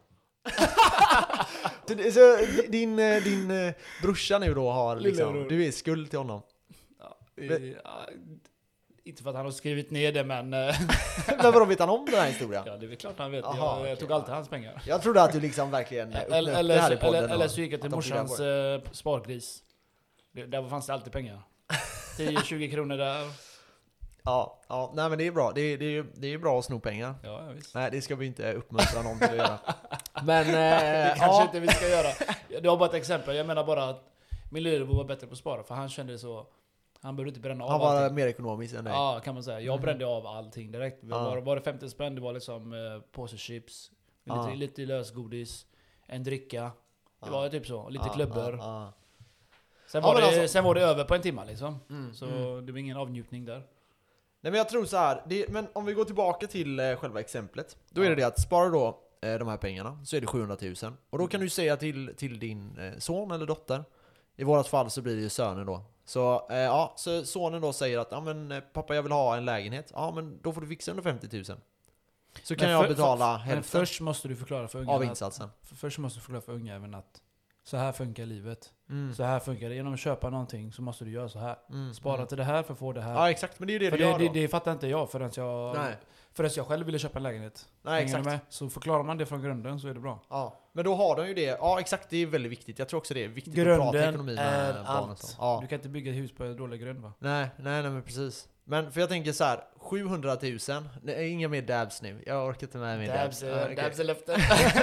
Du- Så din, eh, din eh, brorsa nu då har liksom, Lillebror. du är i skuld till honom. Ja, Men- eh, ja, inte för att han har skrivit ner det men eh, Men vadå, vet han om den här historien? ja, det är väl klart han vet. Aha, jag, okej, jag tog ja. alltid hans pengar. Jag trodde att du liksom verkligen öppnade Eller, upp eller, det här i så, podden. eller, eller och- så gick jag till att de tog reda morsans på det. eh, spargris. Det, där fanns det alltid pengar. tio tjugo kronor där. Ja, ja, nej men det är bra. Det är, det är, det är bra att sno pengar. Ja, ja, visst. Nej, det ska vi inte uppmuntra någon till att göra. Men, eh, Det kanske ja. inte vi ska göra. Det var bara ett exempel. Jag menar bara att min lillebror var bättre på att spara. För han kände så... Han behövde inte bränna av Han var allting. mer ekonomisk än dig. Ja, kan man säga. Jag Mhm. brände av allting direkt. Ja. Var, var det femtio spänn, det var liksom eh, påse chips, lite, Ja. lite lösgodis, en dricka. Det Ja. var typ så. Lite Ja, klubbor. ja, ja. Sen, Ja, var men det, alltså- sen var det över på en timme liksom. Mm, Så mm. det var ingen avnjutning där. Nej men jag tror så här, det, men om vi går tillbaka till eh, själva exemplet. Då är Ja. det det att sparar då eh, de här pengarna så är det sjuhundratusen. Och då kan du säga till, till din eh, son eller dotter. I vårat fall så blir det ju sönen då. Så, eh, ja, så sonen då säger att ja, men, eh, pappa jag vill ha en lägenhet. Ja men då får du fixa hundrafemtio tusen. Så kan Men jag för- betala Men hälften först måste du förklara för av ungen att, insatsen. för först måste du förklara för ungen att så här funkar livet. Mm. Så här funkar det. Genom att köpa någonting så måste du göra så här. Mm. Spara mm. till det här för att få det här. Ja, exakt. Men det är ju det för du det, gör det, då. det fattar inte jag förrän jag, Nej. förrän jag själv ville köpa en lägenhet. Nej, Hänger exakt. du med? Så förklarar man det från grunden så är det bra. Ja, men då har de ju det. Ja, exakt. Det är väldigt viktigt. Jag tror också det är viktigt att prata Grunden ekonomi är med barnen. allt. Ja. Du kan inte bygga ett hus på en dålig grund va? Nej, nej, nej, men precis. Men för jag tänker så här, sjuhundratusen. Det är inga mer dabs nu. Jag orkar inte med mer dabs. Dabs, Ja, okej. dabs är löften.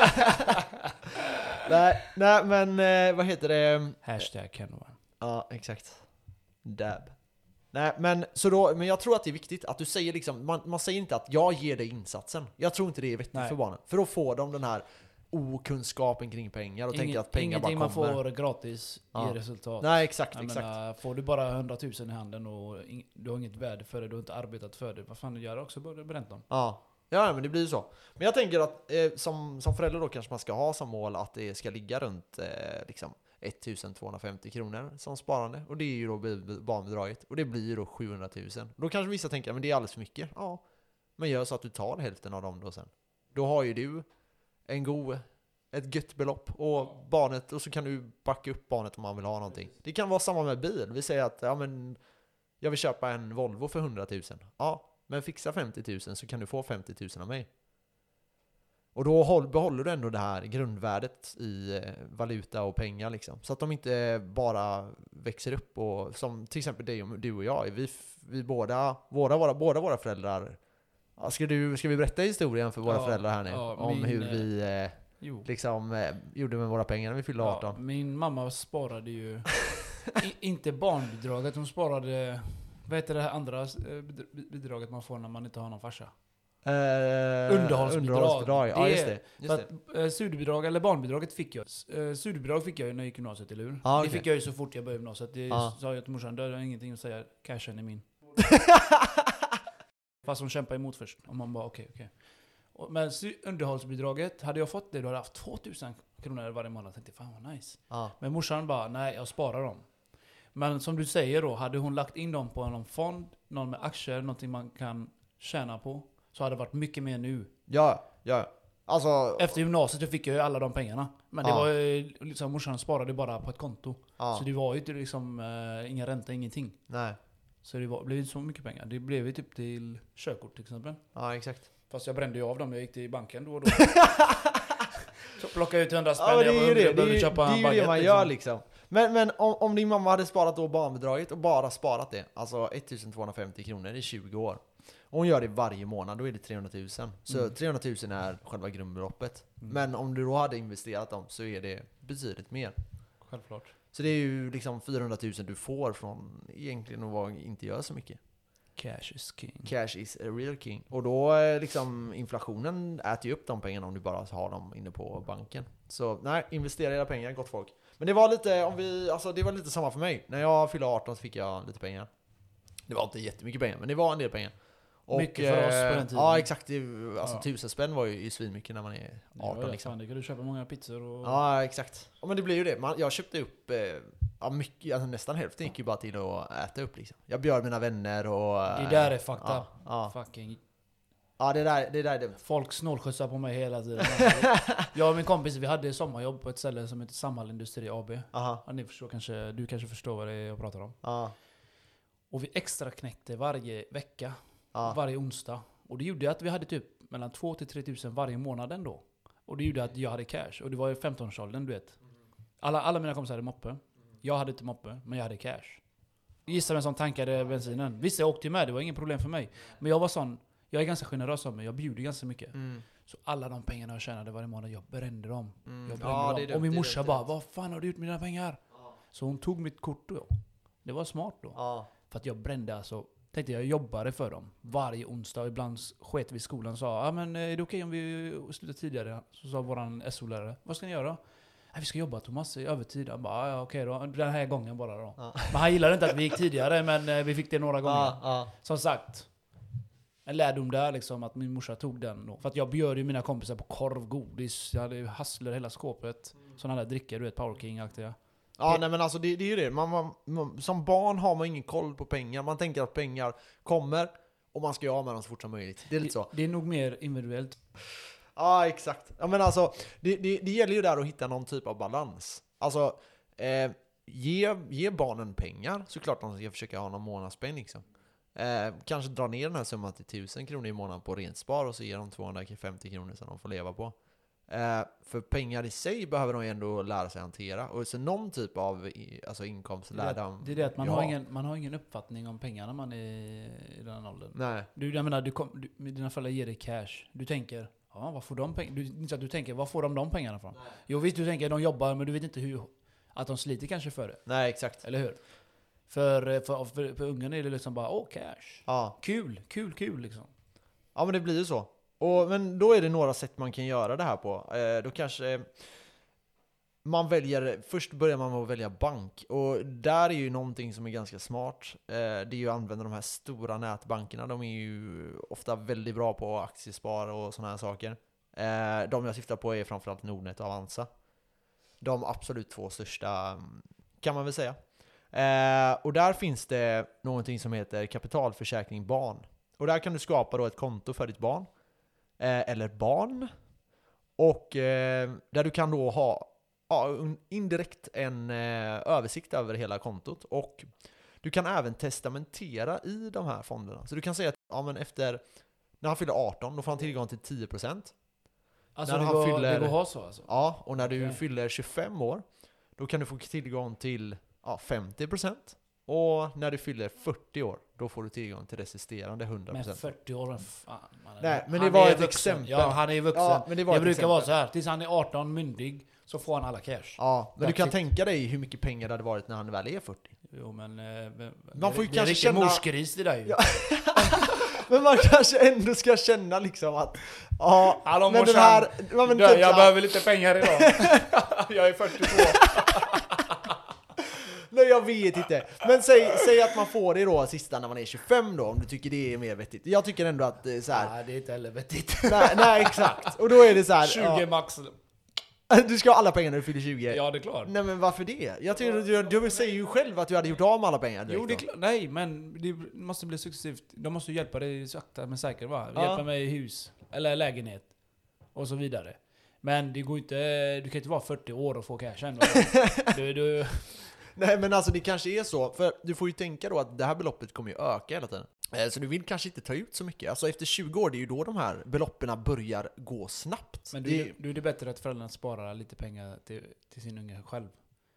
nej, nej, men eh, vad heter det? Hashtag Kenwan. Ja, exakt. Dab. Nej, men så då, men jag tror att det är viktigt att du säger liksom, man, man säger inte att jag ger dig insatsen. Jag tror inte det är vettigt Nej. för barnen. För då får de den här okunskapen kring pengar och Ingen, tänker att pengar bara ingenting kommer. man får gratis Ja. ger resultat. Nej, exakt, Jag exakt. menar, får du bara hundratusen i handen och ing, du har inget värde för det, du har inte arbetat för det. Vad fan du gör också, börja berätta om. Ja. Ja, men det blir ju så. Men jag tänker att eh, som, som förälder då kanske man ska ha som mål att det ska ligga runt eh, liksom ettusentvåhundrafemtio kronor som sparande. Och det är ju då barnbidraget. Och det blir ju då sjuhundratusen. Då kanske vissa tänker, men det är alldeles för mycket. Ja, men gör så att du tar hälften av dem då sen. Då har ju du en god, ett gött belopp. Och barnet, och så kan du backa upp barnet om man vill ha någonting. Det kan vara samma med bil. Vi säger att, ja men, jag vill köpa en Volvo för hundratusen. Ja, men fixa femtio tusen så kan du få femtio tusen av mig. Och då håll, behåller du ändå det här grundvärdet i eh, valuta och pengar liksom. Så att de inte bara växer upp och som till exempel dig och, du och jag. Vi, vi båda, båda, våra, båda våra föräldrar. Ja, ska, du, ska vi berätta historien för våra Ja, föräldrar här nu? ja, om min, hur vi eh, Jo. liksom eh, gjorde med våra pengar när vi fyllde arton. Ja, min mamma sparade ju i, inte barnbidraget, hon sparade, vad heter det här andra eh, bid- bidraget man får när man inte har någon farsa? Eh, Underhållsbidrag. underhållsbidrag. Ja, Det just är- det. Just För det. att eh, studiebidrag, eller barnbidraget fick jag. Eh, studiebidrag fick jag ju när jag gick gymnasiet, eller hur? Ah, Det okej. fick jag ju så fort jag började gymnasiet. Det Ah. sa jag till morsan, du har ingenting att säga, cashen är min. Fast hon kämpade emot först. Och man bara okej, okej. Och- Men sy- underhållsbidraget, hade jag fått det då hade jag haft tvåtusen kronor varje månad. Jag tänkte fan vad nice. Ja. Men morsan bara, nej jag sparar dem. Men som du säger då, hade hon lagt in dem på någon fond, någon med aktier, någonting man kan tjäna på, så hade det varit mycket mer nu. Ja, ja. Alltså, Efter gymnasiet så fick jag ju alla de pengarna. Men det Ja. var ju liksom, morsan sparade bara på ett konto. ja. Så det var ju inte liksom, eh, ingen ränta, ingenting. Nej. Så det var, blev inte så mycket pengar. Det blev ju typ till körkort till exempel. Ja, exakt. Fast jag brände ju av dem, jag gick till banken då och då. Så plockade jag ut hundra spänn, Ja, men det jag är var ju hungrig, det. jag Det är behövde ju köpa det, en är ju baguette, det man liksom. gör liksom. Men, men om, om din mamma hade sparat då barnbidraget och bara sparat det, alltså ettusentvåhundrafemtio kronor i tjugo år. Och hon gör det varje månad, då är det trehundratusen. Så Mm. trehundratusen är själva grundbeloppet. Mm. Men om du då hade investerat dem så är det betydligt mer. Självklart. Så det är ju liksom fyrahundratusen du får från egentligen att vara- inte göra så mycket. Cash is king. Cash is a real king. Och då eh, liksom inflationen äter ju upp de pengarna om du bara har dem inne på banken. Så nej, investera era pengar, gott folk. Men det var lite, om vi, alltså det var lite samma för mig. När jag fyllde arton så fick jag lite pengar. Det var inte jättemycket pengar, men det var en del pengar. Och, Mycket för oss på den eh, tiden. Ja, exakt. Det, alltså Ja. tusen spänn var ju, ju svinmycket när man är arton Ja, liksom. fan, det kan du köpa många pizzor och... Ja, exakt. Ja, men det blir ju det. Man, jag köpte upp eh, ja, mycket, alltså nästan hälften gick ju bara till att äta upp liksom. Jag bjöd mina vänner och... Det där är fucked ja, up. ja. Fucking... ja, det där, det där är dumt. Folk snålskjutsar på mig hela tiden. Jag och min kompis, vi hade sommarjobb på ett ställe som heter Samhall Industri A B. Aha. Ja, ni förstår kanske, du kanske förstår vad det är jag pratar om. Ja, Och vi extra knäckte varje vecka, ja. varje onsdag. Och det gjorde att vi hade typ mellan två till tre tusen varje månad ändå. Och det gjorde att jag hade cash. Och det var i femtonårsåldern, du vet. Alla, alla mina kompisar hade moppe. Jag hade inte moppe, men jag hade cash. Gissa vem som tankade bensinen. Visst, jag åkte med, det var ingen problem för mig. Men jag var sån, jag är ganska generös av mig, jag bjuder ganska mycket. Mm. Så alla de pengarna jag tjänade varje månad, jag brände dem. Mm. Jag brände Ja, dem. det är dumt, och min det är morsa dumt, bara, det är dumt. vad fan har du gjort med dina pengar? Så hon tog mitt kort då. Det var smart då. Ja. För att jag brände alltså, tänkte jag jobbade för dem varje onsdag. Och ibland sket vi i skolan och sa, ja men är det okej om vi slutar tidigare? Så sa våran S O-lärare, vad ska ni göra? Nej, vi ska jobba Thomas i övertid. Han bara, ja okej då, den här gången bara då. Ja. Men han gillade inte att vi gick tidigare, men eh, vi fick det några gånger. Ja, ja. Som sagt, en lärdom där liksom, att min morsa tog den då. För att jag bjöd ju mina kompisar på korv, godis, jag hade ju hassler hela skåpet. Sådana där drickor, du vet, Power King-aktiga. Ja, nej men alltså det, det är ju det. Man, man, man, som barn har man ingen koll på pengar. Man tänker att pengar kommer och man ska göra med dem så fort som möjligt. Det är lite så. Det är nog mer individuellt. Ja, exakt. Ja, men alltså, det, det, det gäller ju där att hitta någon typ av balans. Alltså, eh, ge, ge barnen pengar. Såklart de ska försöka ha någon månadspeng liksom. Eh, kanske dra ner den här summan till tusen kronor i månaden på rent spar och så ger de tvåhundrafemtio kronor som de får leva på. Eh, för pengar i sig behöver de ju ändå lära sig hantera. Och så någon typ av i, alltså inkomst lär de. Det är det att man har, ingen, man har ingen uppfattning om pengar när man är i den åldern. Nej. Du, jag menar, du kom, du, dina föräldrar ger dig cash. Du tänker, ja, vad får de pengar? Du, inte så att du tänker, vad får de de pengarna från? Nej. Jo visst, du tänker, de jobbar, men du vet inte hur, att de sliter kanske för det. Nej, exakt. Eller hur? För, för, för, för ungen är det liksom bara, åh, cash. Ja. Kul, kul, kul liksom. Ja, men det blir ju så. Och, men då är det några sätt man kan göra det här på. Eh, då kanske eh, man väljer, först börjar man med att välja bank. Och där är ju någonting som är ganska smart. Eh, det är ju att använda de här stora nätbankerna. De är ju ofta väldigt bra på aktiespar och sådana här saker. Eh, de jag syftar på är framförallt Nordnet och Avanza. De absolut två största, kan man väl säga. Eh, och där finns det någonting som heter kapitalförsäkring barn. Och där kan du skapa då ett konto för ditt barn. Eh, eller barn. Och eh, där du kan då ha ja, indirekt en eh, översikt över hela kontot. Och du kan även testamentera i de här fonderna. Så du kan säga att ja, men efter, när han fyller arton, då får han tillgång till tio procent. Alltså när det, han går, fyller, det går ha så alltså? Ja, och när du Okay. fyller tjugofem år, då kan du få tillgång till ja, femtio procent. Och när du fyller fyrtio år, då får du tillgång till resterande hundra procent. Men fyrtio år, fan. Man, Nej, men han det var är ett vuxen. exempel. Ja, han är vuxen. Ja, men det var det ett brukar exempel. vara så här. Tills han är arton myndig så får han alla cash. Ja, men That's du kan it. tänka dig hur mycket pengar det hade varit när han väl är fyrtio. Jo, men... Eh, Man får ju det, kanske det är känna- morsgris det där ju. Ja. Men man kanske ändå ska känna liksom att ja, Hallå, men morsan. den här, ja, men Du, typ jag så- behöver lite pengar idag. Jag är fyrtiotvå. Nej, jag vet inte. Men säg, säg att man får det då sista när man är tjugofem då, om du tycker det är mer vettigt. Jag tycker ändå att det är så här. Nej, det är inte heller vettigt. nej, nej, exakt. Och då är det så här. tjugo max. Ja, du ska ha alla pengar när du fyller tjugo. Ja, det är klart. Nej, men varför det? Jag tycker du, du säger ju själv att du hade gjort av med alla pengar direkt Jo, det är då. klart. Nej, men det måste bli successivt. De måste ju hjälpa dig sakta men säkert, va? Ja. Hjälpa mig i hus. Eller lägenhet. Och så vidare. Men det går inte... Du kan inte vara fyrtio år och få cashen. du, du, Nej, men alltså det kanske är så. För du får ju tänka då att det här beloppet kommer ju öka hela tiden. Eh, Så du vill kanske inte ta ut så mycket. Alltså efter tjugo år, det är ju då de här beloppen börjar gå snabbt. men det, du, du är det bättre att föräldrarna sparar lite pengar till, till sin unge själv.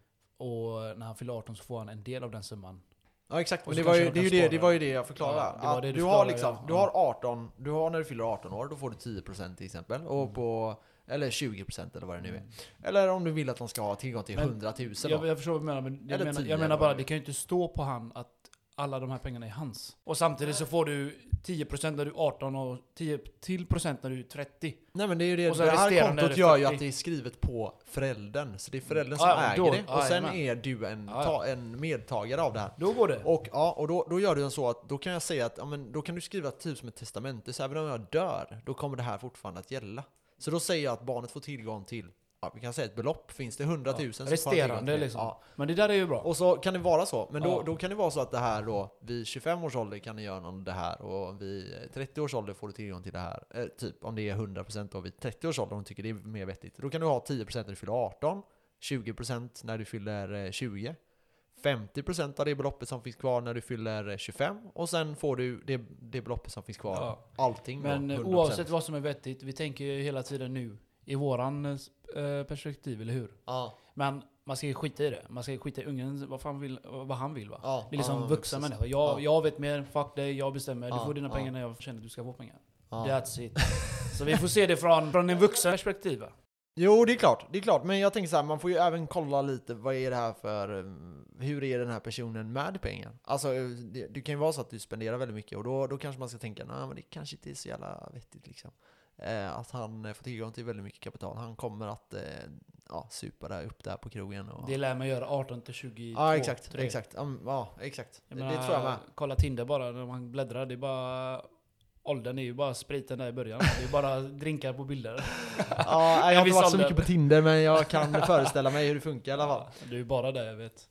Och när han fyller arton så får han en del av den summan. Ja, exakt. Och Men så det var, ju, kanske det, är de ju kan det, det spara. var ju det jag förklarade. Ja, det var Att det du du, har förklarade, liksom, ja. du har arton, du har när du fyller arton år, då får du tio procent till exempel. Och Mm. på, eller tjugo procent eller vad det nu är. Mm. Eller om du vill att de ska ha tillgång till Men hundratusen Jag, då. jag förstår vad du menar, men jag Eller menar, tio, jag menar eller bara vad att det det kan ju inte stå på han att alla de här pengarna är hans. Och samtidigt så får du tio procent när du är arton och tio till procent när du är trettio. Nej, men det är ju det. Och så Det här resterande kontot är gör ju fyrtio. att det är skrivet på föräldern. Så det är föräldern Ja, som ja, äger då- det. ja, Och sen jajamän. är du en, Ja, ja. ta, en medtagare av det här. Då går det. Och, ja, och då, då gör du en så att då kan jag säga att ja, men då kan du skriva typ som ett testamente. Så även om jag dör, då kommer det här fortfarande att gälla. Så då säger jag att barnet får tillgång till, ja, vi kan säga ett belopp. Finns det hundratusen Ja, så får han tillgång till resterande det. liksom. Ja. Men det där är ju bra. Och så kan det vara så. Men då, Ja. då kan det vara så att det här då, vid tjugofem års ålder kan ni göra någon det här. Och vid trettio års ålder får du tillgång till det här. Eh, typ om det är hundra procent då vid trettio års ålder om du tycker det är mer vettigt. Då kan du ha tio procent när du fyller arton. tjugo procent när du fyller eh, tjugo. femtio procent av det beloppet som finns kvar när du fyller eh, tjugofem. Och sen får du det, det beloppet som finns kvar. Ja. Allting då, Men eh, hundra procent. oavsett vad som är vettigt, vi tänker ju hela tiden nu i våran eh, perspektiv, eller hur? Ja, Men man ska ju skita i det. Man ska ju skita i ungen, vad, fan vill, vad han vill, va? ja, Det är liksom ja, vuxna precis. människor. Jag, Ja. jag vet mer, fuck dig, jag bestämmer. Ja, Du får dina ja. pengar när jag känner att du ska få pengar. Ja. That's it. Så vi får se det från, från en vuxen perspektiv, va? Jo, det är klart, det är klart. Men jag tänker så här, man får ju även kolla lite, vad är det här för, um, hur är den här personen med pengar? Alltså, det, det kan ju vara så att du spenderar väldigt mycket och då, då kanske man ska tänka, nej men det kanske inte är så jävla vettigt liksom. Eh, att han eh, får tillgång till väldigt mycket kapital. Han kommer att eh, ja, supa där upp där på krogen. Och... Det lär man göra arton till tjugotvå. Ja, exakt, tre. exakt. Um, ja, exakt. Jag Det, menar, det tror jag med. Kolla Tinder bara, när man bläddrar. Det är bara... Åldern är ju bara spriten där i början. Det är bara drinkar på bilder. Ja, jag har En inte viss varit så ålder. mycket på Tinder, men jag kan föreställa mig hur det funkar i alla fall. Du är ju bara där, jag vet.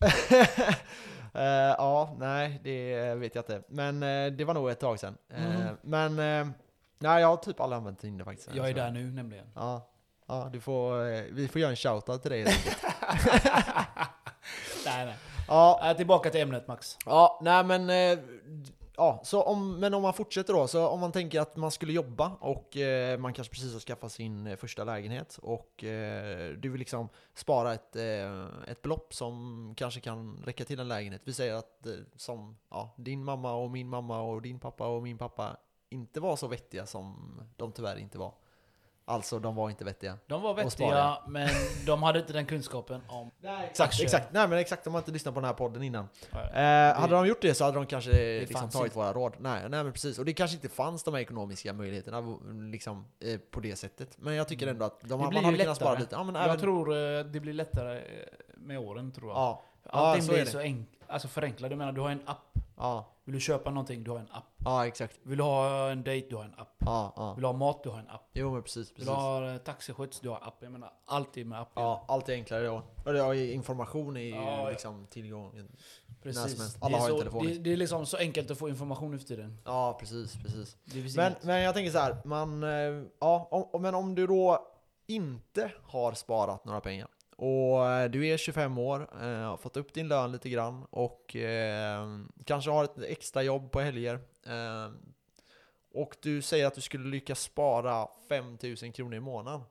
Eh, ja, nej, det vet jag inte. Men eh, det var nog ett tag sedan. Eh, Mhm. Men eh, nej, jag har typ aldrig använt Tinder faktiskt. Jag är Så- där nu nämligen. Ja, ja du får, eh, vi får göra en shoutout till dig helt enkelt. nej, nej. Ja, Äh, tillbaka till ämnet, Max. ja, nej men... Eh, ja, så om, men om man fortsätter då, så om man tänker att man skulle jobba och eh, man kanske precis har skaffat sin eh, första lägenhet och eh, du vill liksom spara ett, eh, ett belopp som kanske kan räcka till en lägenhet. Vi säger att eh, som ja, din mamma och min mamma och din pappa och min pappa inte var så vettiga som de tyvärr inte var. Alltså, de var inte vettiga. De var Och spara. vettiga, men de hade inte den kunskapen om... Nej, exakt, aktier. exakt. Nej, men exakt, de har inte lyssnat på den här podden innan. Nej. Eh, hade de gjort det så hade de kanske liksom fanns tagit inte. våra råd. Nej, nej, men precis. Och det kanske inte fanns de här ekonomiska möjligheterna liksom, eh, på det sättet. Men jag tycker ändå att de, Det man blir hade ju kunnat spara lättare. lite. Ja, men Jag även, tror eh, det blir lättare eh, med åren, tror jag. ja, Allting ja, så blir är det. så enkelt. Alltså förenklat. Du menar, du har en app. Ja, Vill du köpa någonting, du har en app. ja, exakt. Vill du ha en dejt, du har en app. Ja, ja. Vill du ha mat, du har en app. Jo, men precis, Vill precis. du ha eh, taxiskjuts, du har app. Jag menar, alltid med app. Ja, allt är enklare då. Och det, och information är ju Ja, liksom tillgång. När som Precis. helst. Det Alla är, har ju så, telefon. det, det är liksom så enkelt att få information nu för tiden. Ja, precis, precis. Det finns Men, inget. men jag tänker så här, man, eh, ja, om, men om du då inte har sparat några pengar och eh, du är tjugofem år, eh, har fått upp din lön lite grann och eh, kanske har ett extra jobb på helger eh, och du säger att du skulle lyckas spara fem tusen kronor i månaden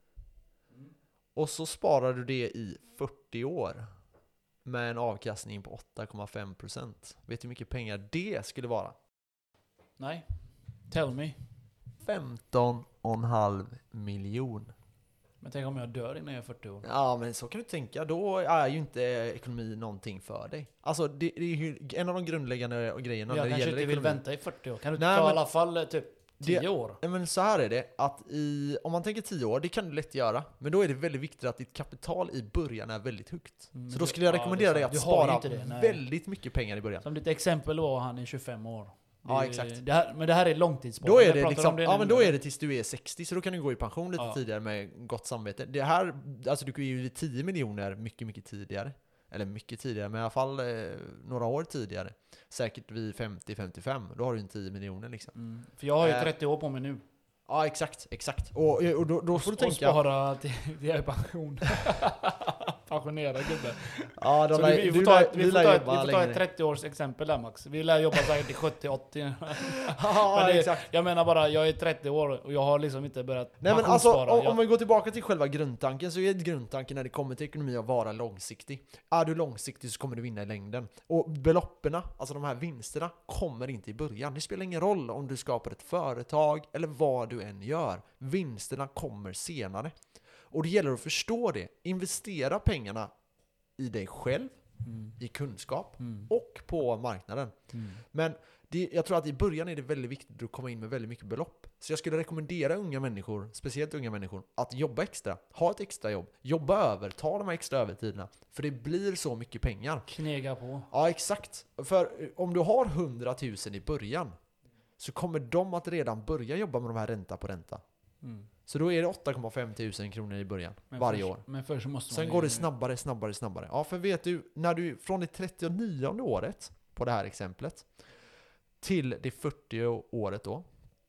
och så sparar du det i fyrtio år med en avkastning på åtta komma fem procent. Vet du hur mycket pengar det skulle vara? Nej. Tell me. femton komma fem miljon. Men tänk om jag dör innan jag är fyrtio år. Ja, men så kan du tänka. Då är ju inte ekonomi någonting för dig. Alltså, det, det är ju en av de grundläggande grejerna. Jag när det kanske gäller inte vill ekonomi. vänta i fyrtio år. Kan du Nej, ta men- i alla fall eh, typ tio Det- år? Nej, men så här är det, att i, om man tänker tio år, det kan du lätt göra. Men då är det väldigt viktigt att ditt kapital i början är väldigt högt. Mm, så då det- skulle jag ja, rekommendera det dig är att sant. Du har ju spara inte det, nej. väldigt mycket pengar i början. Som ditt exempel var han är tjugofem år. Det, Ja, exakt. Det här, men det här är långtidssparande. Då är Jag det pratar liksom, om det ja nu. men då är det tills du är sextio, så då kan du gå i pension lite Ja. tidigare med gott samvete. Det här, alltså du kan ju tio miljoner mycket, mycket tidigare. Eller mycket tidigare, men i alla fall eh, några år tidigare. Säkert vid femtio femtiofem, då har du en tio miljoner liksom. Mm. För jag har ju Eh, trettio år på mig nu. Ja, exakt, exakt. Och, och då, då får du Och tänka... spara till, till jag är pension. Pensionerad gubbe. Ja, de Så lär- vi, vi du får ta lär- ett, vi vi får lär ta ett, jobba vi får ta ett längre. trettio års exempel där Max. Vi lär jobba säkert till sjuttio åttio. Ja, Men det- exakt. Jag menar bara, jag är trettio år och jag har liksom inte börjat Nej men alltså, pensionsspara. om, Jag- om vi går tillbaka till själva grundtanken, så är grundtanken när det kommer till ekonomi att vara långsiktig. Är du långsiktig så kommer du vinna i längden. Och belopperna, alltså de här vinsterna, kommer inte i början. Det spelar ingen roll om du skapar ett företag eller vad du än gör. Vinsterna kommer senare. Och det gäller att förstå det. Investera pengarna i dig själv, Mm. i kunskap Mm. och på marknaden. Mm. Men det, jag tror att i början är det väldigt viktigt att komma in med väldigt mycket belopp. Så jag skulle rekommendera unga människor, speciellt unga människor, att jobba extra. Ha ett extra jobb. Jobba över. Ta de här extra övertiderna. För det blir så mycket pengar. Knega på. Ja, exakt. För eh, om du har hundratusen i början så kommer de att redan börja jobba med de här ränta på ränta. Mm. Så då är det åtta komma fem tusen kronor i början. Men varje först, år. Men först så måste Sen man går ju- det snabbare, snabbare, snabbare. Ja, för vet du, när du från det trettionionde året på det här exemplet till det fyrtionde året då,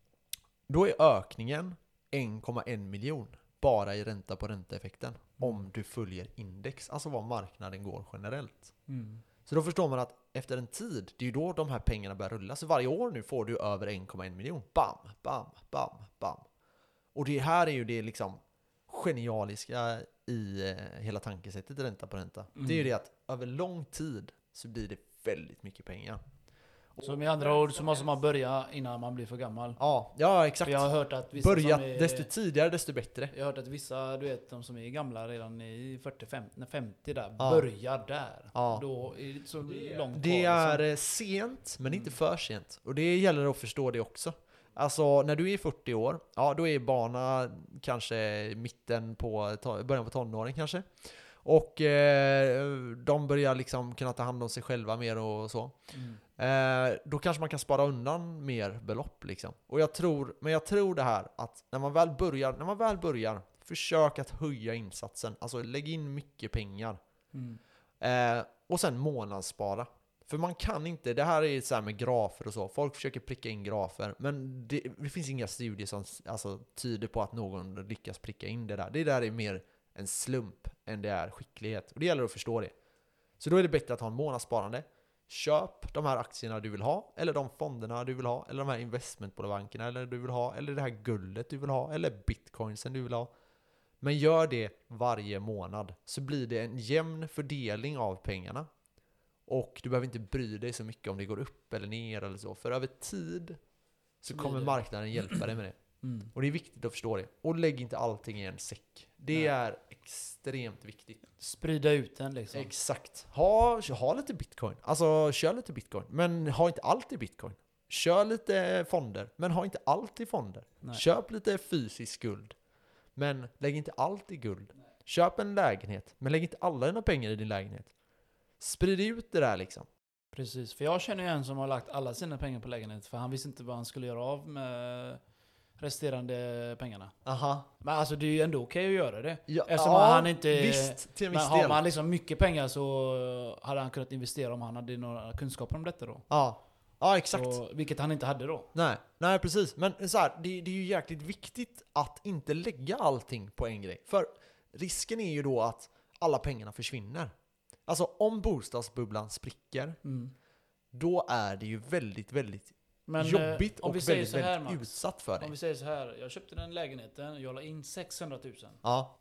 då är ökningen en komma en miljon bara i ränta på ränta-effekten om du följer index, alltså vad marknaden går generellt. Mm. Så då förstår man att efter en tid, det är ju då de här pengarna börjar rulla. Så varje år nu får du över en komma en miljon. Bam, bam, bam, bam. Och det här är ju det liksom genialiska i eh, hela tankesättet i ränta på ränta. Mm. Det är ju det att över lång tid så blir det väldigt mycket pengar. Så med andra ord så måste man börja innan man blir för gammal. Ja, ja exakt. För jag har hört att vissa Börja som är, desto tidigare desto bättre. Jag har hört att vissa, du vet, de som är gamla redan i fyrtio femtio, femtio där, Ja. börjar där. Ja. Då är det så långt Det kvar, är liksom. eh, sent, men inte Mm. för sent. Och det gäller att förstå det också. Alltså, när du är fyrtio år, ja då är barna kanske mitten på, ta- början på tonåren kanske. Och eh, de börjar liksom kunna ta hand om sig själva mer och så. Mm. Eh, då kanske man kan spara undan mer belopp liksom. Och jag tror, men jag tror det här att när man väl börjar, när man väl börjar, försök att höja insatsen. Alltså lägg in mycket pengar. Mm. Eh, och sen månadsspara. För man kan inte, det här är så här med grafer och så. Folk försöker pricka in grafer. Men det, det finns inga studier som alltså, tyder på att någon lyckas pricka in det där. Det där är mer en slump än det är skicklighet. Och det gäller att förstå det. Så då är det bättre att ha en månadssparande. Köp de här aktierna du vill ha, eller de fonderna du vill ha, eller de här investmentbolagsbankerna eller du vill ha, eller det här guldet du vill ha, eller bitcoinsen du vill ha. Men gör det varje månad, så blir det en jämn fördelning av pengarna. Och du behöver inte bry dig så mycket om det går upp eller ner eller så. För över tid så kommer marknaden hjälpa dig med det. Mm. Och det är viktigt att förstå det. Och lägg inte allting i en säck. Det Nej. är extremt viktigt. Sprida ut den liksom. Exakt. Ha, ha lite bitcoin. Alltså kör lite bitcoin. Men ha inte allt i bitcoin. Kör lite fonder. Men ha inte allt i fonder. Nej. Köp lite fysisk guld. Men lägg inte allt i guld. Nej. Köp en lägenhet. Men lägg inte alla dina pengar i din lägenhet. Sprid ut det där liksom. Precis. För jag känner ju en som har lagt alla sina pengar på lägenhet. För han visste inte vad han skulle göra av med resterande pengarna. Aha. Men alltså det är ju ändå okej att göra det. Ja, Eftersom ja, han inte... Visst, till en viss men har del. man liksom mycket pengar så hade han kunnat investera om han hade några kunskaper om detta då. Ja, ja exakt. Så, vilket han inte hade då. Nej, nej precis. Men så här, det, det är ju jäkligt viktigt att inte lägga allting på en grej. För risken är ju då att alla pengarna försvinner. Alltså om bostadsbubblan spricker, mm. då är det ju väldigt, väldigt Men, jobbigt eh, och väldigt, väldigt här, Max, utsatt för dig. Om vi säger så här, jag köpte den lägenheten, jag la in sexhundratusen. Ja.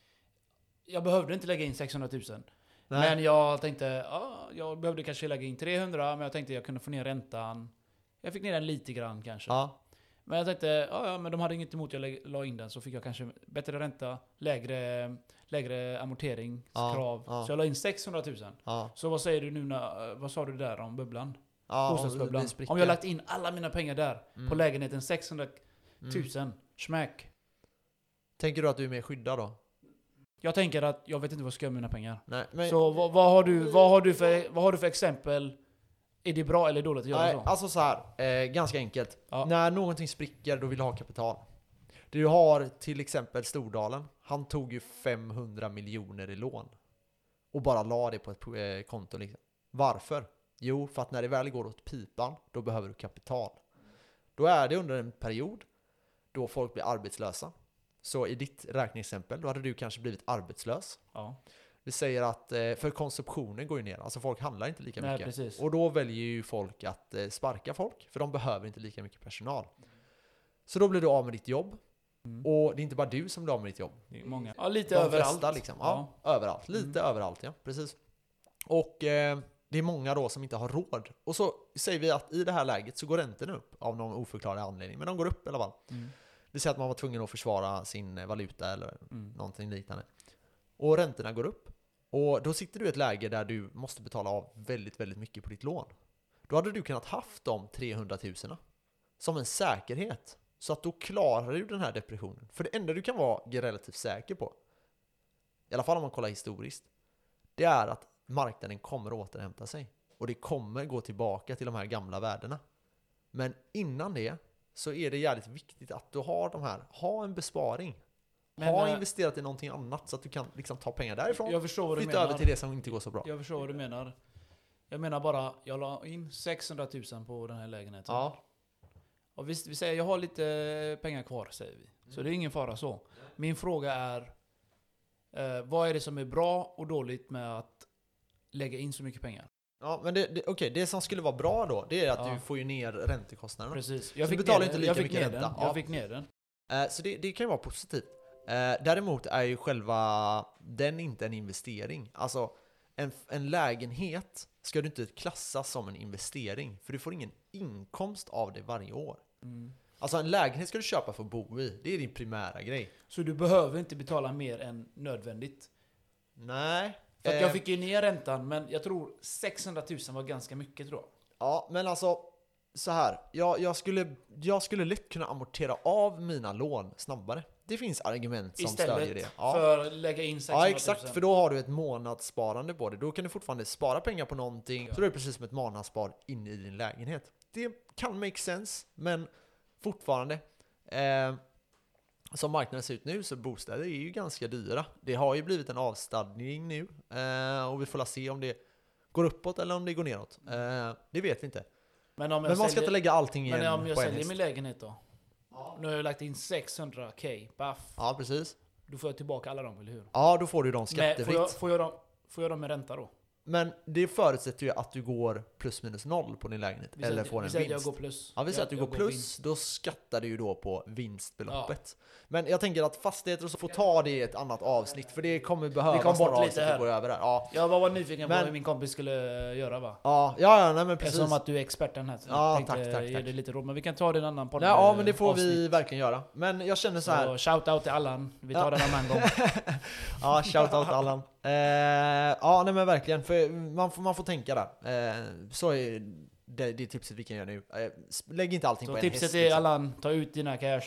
Jag behövde inte lägga in sexhundratusen. Nej. Men jag tänkte, ja, jag behövde kanske lägga in trehundra, men jag tänkte jag kunde få ner räntan. Jag fick ner den lite grann kanske. Ja. Men jag tänkte, ja, ja men de hade inget emot jag la in den, så fick jag kanske bättre ränta, lägre, lägre amorteringskrav. Ja, ja. Så jag la in sexhundratusen. Ja. Så vad säger du nu, när, vad sa du där om bubblan? Ja, bostadsbubblan. Om, om jag lagt in alla mina pengar där, mm. på lägenheten sexhundratusen, mm. smack. Tänker du att du är mer skyddad då? Jag tänker att jag vet inte vad jag ska göra med mina pengar. Nej, men... Så vad, vad, har du, vad, har du för, vad har du för exempel? Är det bra eller dåligt att göra Nej, så? Alltså så här, eh, ganska enkelt. Ja. När någonting spricker, då vill du ha kapital. Du har till exempel Stordalen. Han tog ju femhundra miljoner i lån. Och bara la det på ett eh, konto liksom. Varför? Jo, för att när det väl går åt pipan, då behöver du kapital. Då är det under en period då folk blir arbetslösa. Så i ditt räkneexempel, då hade du kanske blivit arbetslös. Ja. Vi säger att, för konsumtionen går ju ner. Alltså folk handlar inte lika Nej, mycket. Precis. Och då väljer ju folk att sparka folk. För de behöver inte lika mycket personal. Så då blir du av med ditt jobb. Mm. Och det är inte bara du som blir av med ditt jobb. Det är många. Ja, lite de överallt. Flesta, liksom. Ja, ja, överallt. Lite mm. överallt, ja. Precis. Och eh, det är många då som inte har råd. Och så säger vi att i det här läget så går räntorna upp av någon oförklarlig anledning. Men de går upp i alla fall. Mm. Vi säger att man var tvungen att försvara sin valuta eller mm. någonting liknande. Och räntorna går upp. Och då sitter du i ett läge där du måste betala av väldigt, väldigt mycket på ditt lån. Då hade du kunnat haft de trehundratusen som en säkerhet. Så att då klarar du den här depressionen. För det enda du kan vara relativt säker på, i alla fall om man kollar historiskt, det är att marknaden kommer återhämta sig. Och det kommer gå tillbaka till de här gamla värdena. Men innan det så är det jävligt viktigt att du har de här, ha en besparing. Men, ha investerat i någonting annat så att du kan liksom ta pengar därifrån. Jag förstår vad du flytta menar. Över till det som inte går så bra. Jag förstår vad du menar. Jag menar bara, jag la in sexhundratusen på den här lägenheten. Ja. Och visst, vi säger jag har lite pengar kvar, säger vi. Så det är ingen fara så. Min fråga är, eh, vad är det som är bra och dåligt med att lägga in så mycket pengar? Ja, men det, det, okej, det som skulle vara bra då, det är att ja. du får ju ner räntekostnaderna. Precis. Jag så fick betalar ner, inte lika jag fick mycket ner ränta. Den. Ja. Jag fick ner den. Eh, så det, det kan ju vara positivt. Eh, däremot är ju själva den inte en investering. Alltså en, en lägenhet ska du inte klassas som en investering. För du får ingen inkomst av det varje år. Mm. Alltså en lägenhet ska du köpa för att bo i. Det är din primära grej. Så du behöver inte betala mer än nödvändigt? Nej. För att jag fick ju ner räntan, men jag tror sexhundratusen var ganska mycket, tror jag. Ja, men alltså så här. Jag, jag, skulle, jag skulle lätt kunna amortera av mina lån snabbare. Det finns argument som Istället stödjer det. Ja. för att lägga in sexhundratusen. Ja, exakt. För då har du ett månadssparande på det. Då kan du fortfarande spara pengar på någonting. Ja. Så det är precis som ett månadsspar in i din lägenhet. Det kan make sense, men fortfarande. Eh, som marknaden ser ut nu så bostäder är ju ganska dyra. Det har ju blivit en avstadning nu. Eh, och vi får se om det går uppåt eller om det går neråt. Eh, det vet vi inte. Men, om jag men man säljer, ska inte lägga allting i en. Men om jag säljer min lägenhet då? Ja. Nu har jag lagt in sexhundra k. Baff. Ja, precis. Då får jag tillbaka alla dem, eller hur? Ja, då får du dem Men skattefritt. får, jag, får, jag dem, får jag dem med ränta då? Men det förutsätter ju att du går plus minus noll på din lägenhet. Vi eller säger, får vi en säger vinst. att jag går plus. Ja, vi säger jag, att du går jag plus, vinst. då skattar du ju då på vinstbeloppet. Ja. Men jag tänker att fastigheter och så får ta det i ett annat avsnitt, för det kommer behövas Vi kom bort några lite avsnitt här. att gå över där. Ja, Jag var bara nyfiken på Men- vad min kompis skulle göra, va? ja, ja, ja nej, men precis. Eftersom att du är experten här. Så Ja, jag tänkte tack, tack, ge tack. dig lite råd. Men vi kan ta det i en annan podd. Nej, ja, men det får avsnitt. vi verkligen göra. Men jag känner så här. Så shout out till Allan. Vi tar Ja. den en annan gång. Ja, shoutout Allan. Eh, ja, nej men verkligen. För man får, man får tänka där. Eh, så är det, det tipset vi kan göra nu. Eh, lägg inte allting Så på en tipset häst. är liksom. Allan, ta ut dina cash.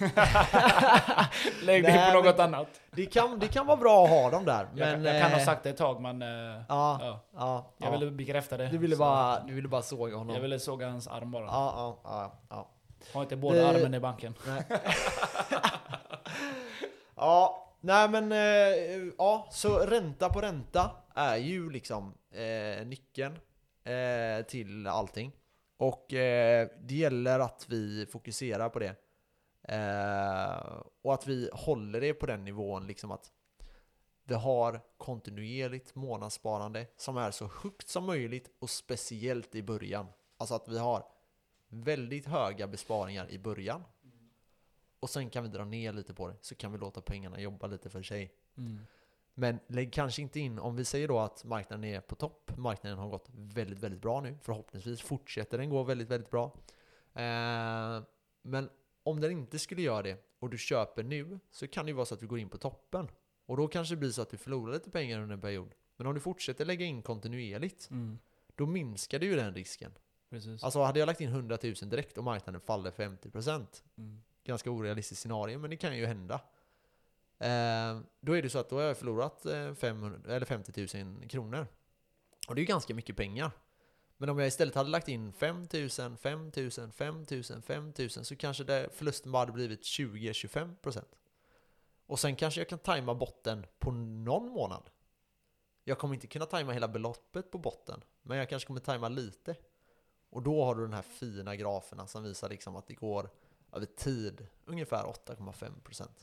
Lägg det Nej, på något men- annat. Det kan, det kan vara bra att ha dem där. Jag, Men, kan- jag kan ha eh, sagt det ett tag, men... eh, Ja, ja. ja, Jag ja. ville bekräfta det. Du ville Så bara, du ville bara såga honom. Jag ville såga hans arm bara. Ja, ja, ja, ja. Har inte båda Det- armen i banken. Nej. Ja, nej men eh, ja, så ränta på ränta är ju liksom eh, nyckeln eh, till allting. Och eh, det gäller att vi fokuserar på det. Eh, och att vi håller det på den nivån liksom att vi har kontinuerligt månadssparande som är så högt som möjligt och speciellt i början. Alltså att vi har väldigt höga besparingar i början. Och sen kan vi dra ner lite på det. Så kan vi låta pengarna jobba lite för sig. Mm. Men lägg kanske inte in, om vi säger då att marknaden är på topp. Marknaden har gått väldigt, väldigt bra nu. Förhoppningsvis fortsätter den gå väldigt, väldigt bra. Eh, men om den inte skulle göra det och du köper nu, så kan det ju vara så att du går in på toppen. Och då kanske det blir så att du förlorar lite pengar under en period. Men om du fortsätter lägga in kontinuerligt, Mm. då minskar du ju den risken. Precis. Alltså hade jag lagt in hundra tusen direkt och marknaden faller femtio procent, Mm. ganska orealistiskt scenario, men det kan ju hända. Eh, då är det så att då har jag förlorat eh, femhundra, eller femtio tusen kronor. Och det är ju ganska mycket pengar. Men om jag istället hade lagt in fem tusen, fem tusen, fem tusen, fem tusen, så kanske det, förlusten bara hade blivit tjugo till tjugofem procent. Och sen kanske jag kan tajma botten på någon månad. Jag kommer inte kunna tajma hela beloppet på botten, men jag kanske kommer tajma lite. Och då har du den här fina graferna som visar liksom att det går över tid ungefär åtta komma fem procent.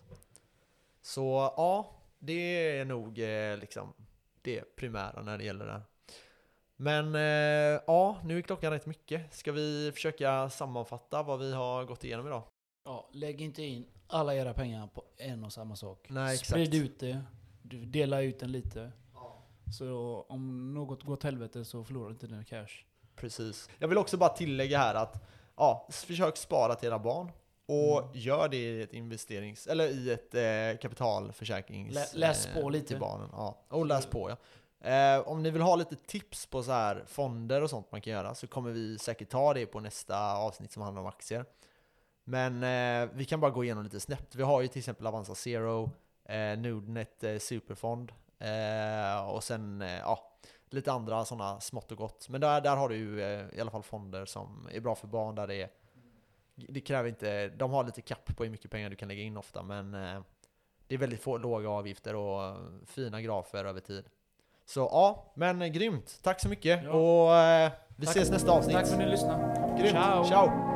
Så ja, det är nog eh, liksom det primära när det gäller det här. Men eh, ja, nu är klockan rätt mycket. Ska vi försöka sammanfatta vad vi har gått igenom idag? Ja, lägg inte in alla era pengar på en och samma sak. Nej, exakt. Sprid ut det. Du delar ut den lite. Så om något går åt helvete så förlorar du inte din cash. Precis. Jag vill också bara tillägga här att ja, försök spara till era barn. Och Mm. gör det i ett investerings eller i ett eh, kapitalförsäkrings Lä- läs på eh, lite. till barnen. Ja, och läs på ja. Eh, om ni vill ha lite tips på så här fonder och sånt man kan göra, så kommer vi säkert ta det på nästa avsnitt som handlar om aktier. Men eh, vi kan bara gå igenom lite snabbt. Vi har ju till exempel Avanza Zero, eh, Nordnet eh, Superfond eh, och sen eh, ja, lite andra sådana smått och gott. Men där, där har du ju eh, i alla fall fonder som är bra för barn, där det är det kräver inte, de har lite kapp på hur mycket pengar du kan lägga in ofta, men eh, det är väldigt få, låga avgifter och eh, fina grafer över tid. Så ja, men eh, grymt. Tack så mycket. Ja. Och eh, vi Tack. ses nästa avsnitt. Tack för att ni lyssnade. Grymt. Ciao. Ciao.